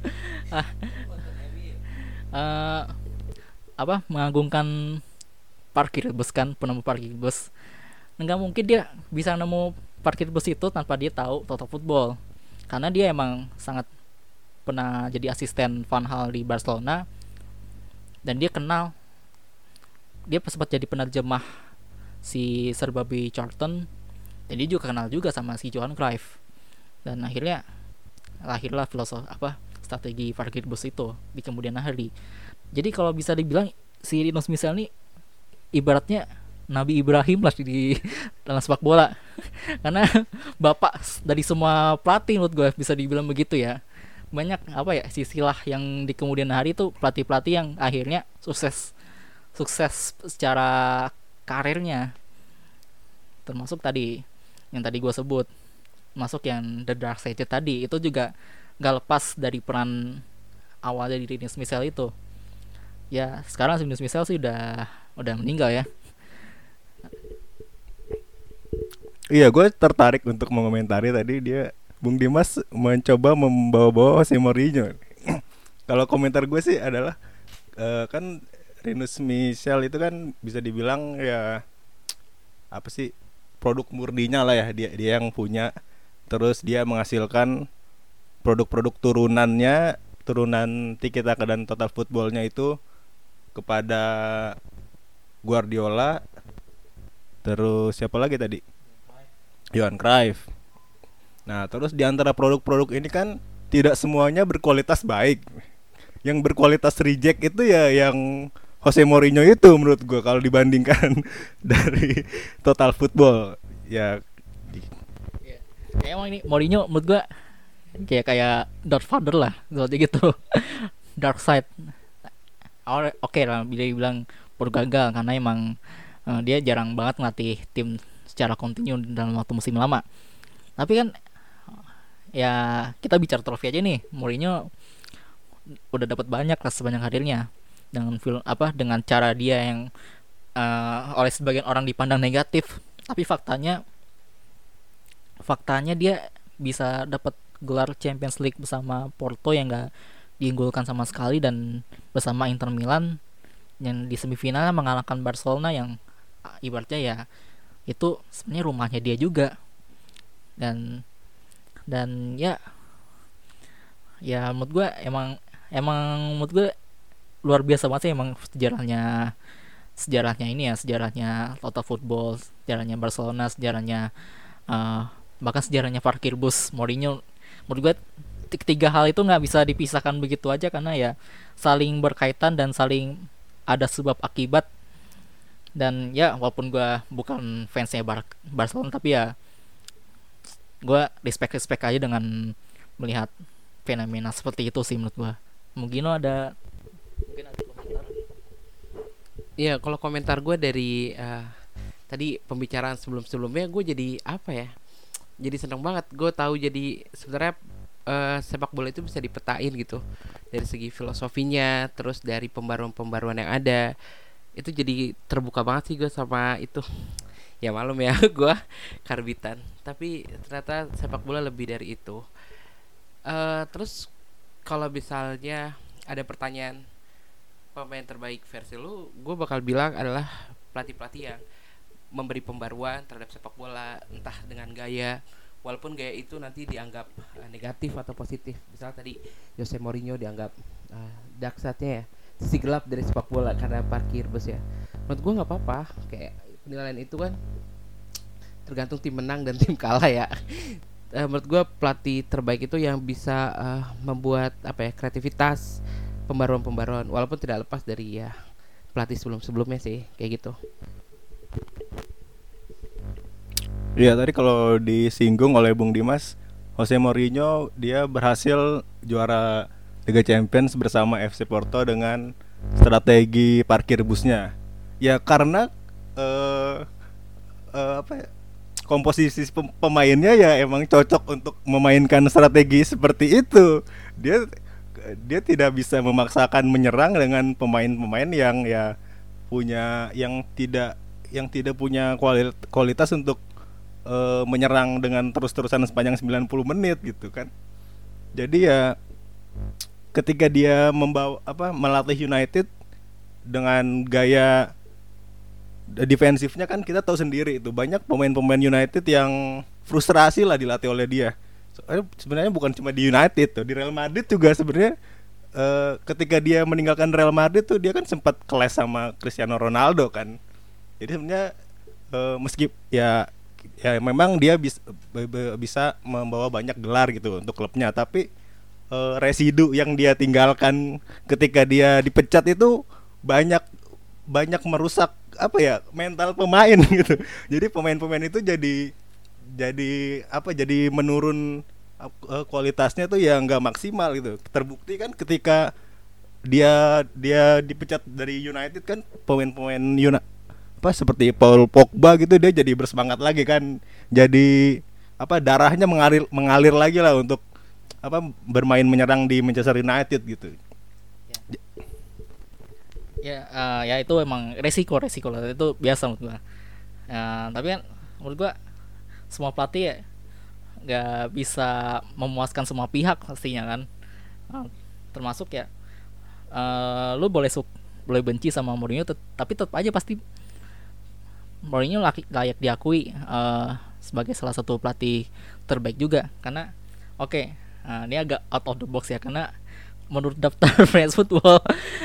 mengagungkan parkir bus kan, penemu parkir bus. Nggak mungkin dia bisa nemu parkir bus itu tanpa dia tahu total football, karena dia emang sangat pernah jadi asisten Van Gaal di Barcelona Dan dia sempat jadi penerjemah si Sir Bobby Charlton, dan dia juga kenal juga sama si Johan Cruyff. Dan akhirnya lahirlah strategi parkir bus itu di kemudian hari. Jadi kalau bisa dibilang si Rinus Michels ini ibaratnya Nabi Ibrahim lah di dalam sepak bola. Karena bapak dari semua pelatih menurut gue, bisa dibilang begitu ya. Banyak sisilah yang di kemudian hari itu pelatih-pelatih yang akhirnya sukses secara karirnya. Termasuk yang tadi gue sebut, masuk yang The Dark Side tadi, itu juga gak lepas dari peran awal dari Rinus Michels itu. Ya sekarang Rinus Michels sih udah meninggal ya. Iya, gue tertarik untuk mengomentari tadi Bung Dimas mencoba membawa-bawa Jose Mourinho. Kalau komentar gue sih adalah kan Rinus Michels itu kan bisa dibilang ya produk murninya lah ya, dia yang punya. Terus dia menghasilkan produk-produk turunan Tiki Taka dan Total Footballnya itu kepada Guardiola. Terus siapa lagi tadi? Johan Cruyff. Nah, terus di antara produk-produk ini kan tidak semuanya berkualitas baik. Yang berkualitas reject itu ya yang Jose Mourinho itu menurut gue, kalau dibandingkan dari Total Football. Ya emang ini Mourinho menurut gue kayak Godfather lah, seperti gitu. Dark Side. Oke lah, bila dibilang gagal karena emang dia jarang banget ngelatih tim secara kontinu dalam waktu musim lama. Tapi kan ya kita bicara trofi aja nih, Mourinho udah dapat banyak lah sepanjang karirnya dengan cara dia yang oleh sebagian orang dipandang negatif, tapi faktanya dia bisa dapat gelar Champions League bersama Porto yang gak diunggulkan sama sekali, dan bersama Inter Milan yang di semifinalnya mengalahkan Barcelona yang ibaratnya ya itu sebenarnya rumahnya dia juga. Dan ya menurut gue emang menurut gue luar biasa banget sih emang sejarahnya ini ya, sejarahnya Total Football, sejarahnya Barcelona, sejarahnya bahkan sejarahnya parkir bus Mourinho. Menurut gue ketiga hal itu nggak bisa dipisahkan begitu aja, karena ya saling berkaitan dan saling ada sebab akibat. Dan ya walaupun gue bukan fansnya Barcelona, tapi ya gue respect aja dengan melihat fenomena seperti itu sih menurut gue. Mungkin ada komentar. Iya, kalau komentar gue dari tadi pembicaraan sebelumnya, gue jadi jadi seneng banget. Gue tahu jadi sebenarnya sepak bola itu bisa dipetain gitu, dari segi filosofinya, terus dari pembaruan yang ada. Itu jadi terbuka banget sih gue sama itu. Ya malum ya, gue karbitan, tapi ternyata sepak bola lebih dari itu. Terus kalau misalnya ada pertanyaan pemain terbaik versi lu, gue bakal bilang adalah pelatih-pelatih yang memberi pembaruan terhadap sepak bola, entah dengan gaya, walaupun gaya itu nanti dianggap negatif atau positif. Misal tadi Jose Mourinho dianggap dark side-nya ya, sisi gelap dari sepak bola karena parkir bus ya. Menurut gue nggak apa-apa, kayak penilaian itu kan tergantung tim menang dan tim kalah ya. Menurut gue pelatih terbaik itu yang bisa membuat kreativitas, pembaruan walaupun tidak lepas dari ya pelatih sebelumnya sih, kayak gitu. Iya, tadi kalau disinggung oleh Bung Dimas, Jose Mourinho dia berhasil juara Liga Champions bersama FC Porto dengan strategi parkir busnya. Ya karena komposisi pemainnya ya emang cocok untuk memainkan strategi seperti itu. Dia tidak bisa memaksakan menyerang dengan pemain-pemain yang ya punya yang tidak punya kualitas untuk menyerang dengan terus-terusan sepanjang 90 menit gitu kan. Jadi ya ketika dia melatih United dengan gaya defensifnya, kan kita tahu sendiri itu banyak pemain-pemain United yang frustrasi lah dilatih oleh dia. Sebenarnya bukan cuma di United tuh, di Real Madrid juga sebenarnya ketika dia meninggalkan Real Madrid tuh dia kan sempat kelas sama Cristiano Ronaldo kan. Jadi sebenarnya meski ya memang dia bisa membawa banyak gelar gitu untuk klubnya, tapi residu yang dia tinggalkan ketika dia dipecat itu banyak banyak merusak apa ya mental pemain gitu. Jadi pemain-pemain itu jadi apa jadi menurun kualitasnya tuh ya nggak maksimal gitu. Terbukti kan ketika dia dipecat dari United kan pemain-pemain apa seperti Paul Pogba gitu dia jadi bersemangat lagi kan. Jadi apa darahnya mengalir lagi lah untuk apa bermain menyerang di Manchester United gitu. Ya itu emang resiko lah, itu biasa menurut gua. Tapi kan menurut gua semua pelatih ya nggak bisa memuaskan semua pihak pastinya kan. Termasuk ya lu boleh benci sama Mourinho tapi tetap aja pasti Mourinho layak diakui sebagai salah satu pelatih terbaik juga karena ini agak out of the box ya karena menurut daftar France Football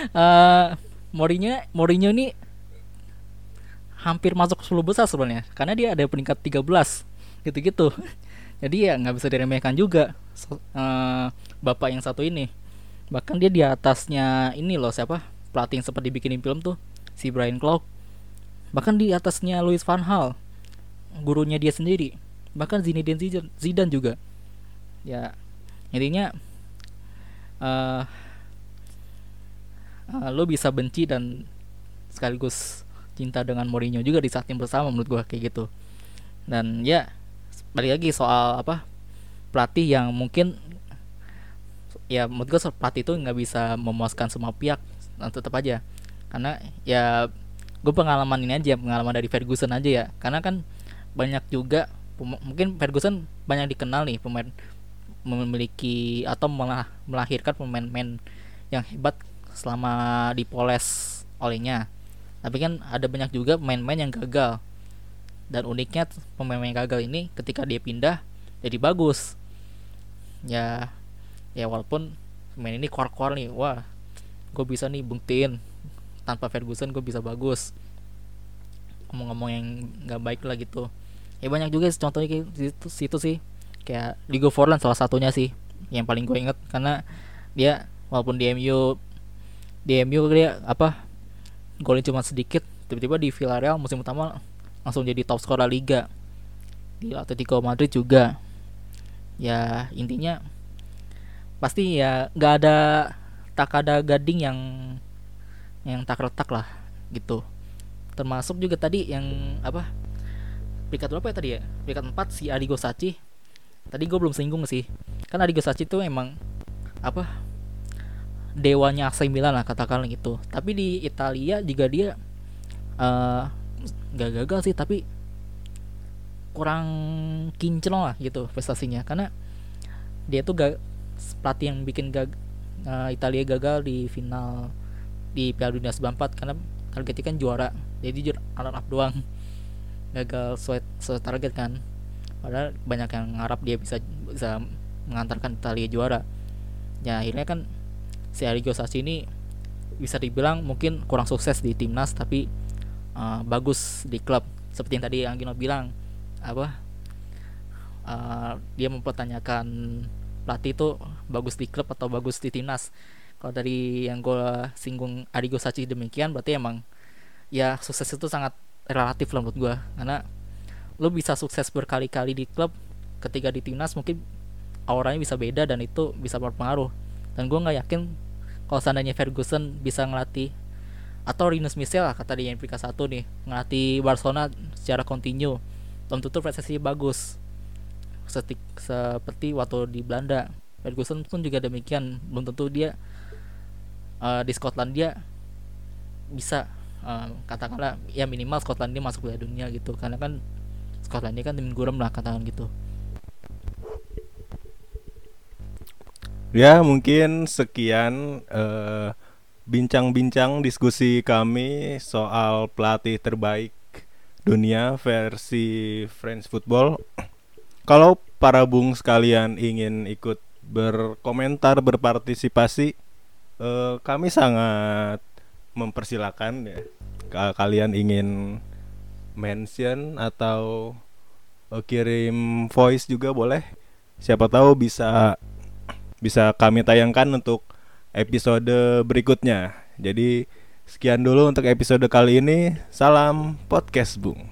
Mourinho ini hampir masuk 10 besar sebenarnya karena dia ada peringkat 13 gitu-gitu. Jadi ya nggak bisa diremehkan juga bapak yang satu ini. Bahkan dia di atasnya ini loh siapa pelatih yang sempat dibikinin film tuh si Brian Clough. Bahkan di atasnya Louis van Gaal, gurunya dia sendiri. Bahkan Zinedine Zidane juga. Ya intinya lo bisa benci dan sekaligus cinta dengan Mourinho juga di saat yang bersama menurut gua kayak gitu. Dan ya balik lagi soal apa pelatih yang mungkin ya menurut gue pelatih itu nggak bisa memuaskan semua pihak tetap aja karena ya gue pengalaman dari Ferguson aja ya karena kan banyak juga mungkin Ferguson banyak dikenal nih pemain memiliki atau melahirkan pemain-pemain yang hebat selama dipoles olehnya, tapi kan ada banyak juga pemain-pemain yang gagal. Dan uniknya pemain-pemain gagal ini ketika dia pindah jadi bagus. Ya walaupun pemain ini core nih, wah, gue bisa nih buktiin tanpa Ferguson gue bisa bagus. Ngomong-ngomong yang nggak baik lah gitu. Ya banyak juga contohnya kayak situ sih. Kayak Diego Forlan salah satunya sih yang paling gue inget karena dia walaupun di MU dia apa golnya cuma sedikit, tiba-tiba di Villarreal musim utama langsung jadi top skor La Liga. Di Atletico Madrid juga. Ya intinya pasti ya nggak ada gading yang tak retak lah gitu. Termasuk juga tadi yang apa peringkat berapa ya tadi ya, peringkat 4 si Arrigo Sacchi. Tadi gue belum singgung sih kan Arrigo Sacchi itu emang apa dewanya AC Milan lah katakanlah gitu. Tapi di Italia juga dia gak gagal sih tapi kurang kinclong lah gitu prestasinya karena dia tuh pelatih yang bikin Italia gagal di final di Piala Dunia 94 karena targetnya kan juara jadi runner up doang, gagal sesuai target kan padahal banyak yang ngarap dia bisa mengantarkan Italia juara. Ya akhirnya kan si Arrigo Sacchi ini bisa dibilang mungkin kurang sukses di timnas tapi bagus di klub seperti yang tadi Anggino bilang apa dia mempertanyakan pelatih itu bagus di klub atau bagus di timnas. Kalau dari yang gue singgung Arrigo Sacchi demikian berarti emang ya sukses itu sangat relatif lah menurut gue karena lo bisa sukses berkali-kali di klub ketika di timnas mungkin auranya bisa beda dan itu bisa berpengaruh. Dan gue nggak yakin kalau seandainya Ferguson bisa ngelatih atau Rinus Michel lah kata dia yang peringkat 1 nih ngelatih Barcelona secara kontinu belum tentu prestasi bagus seperti waktu di Belanda. Ferguson pun juga demikian, belum tentu dia di Skotlandia bisa katakanlah ya minimal Skotlandia masuk Piala Dunia gitu karena kan Skotlandia kan tim gurem lah katakan gitu. Ya mungkin sekian bincang-bincang diskusi kami soal pelatih terbaik dunia versi French Football. Kalau para bung sekalian ingin ikut berkomentar, berpartisipasi, kami sangat mempersilakan ya. Kalian ingin mention atau kirim voice juga boleh. Siapa tahu bisa kami tayangkan untuk episode berikutnya. Jadi sekian dulu untuk episode kali ini. Salam podcast Bung.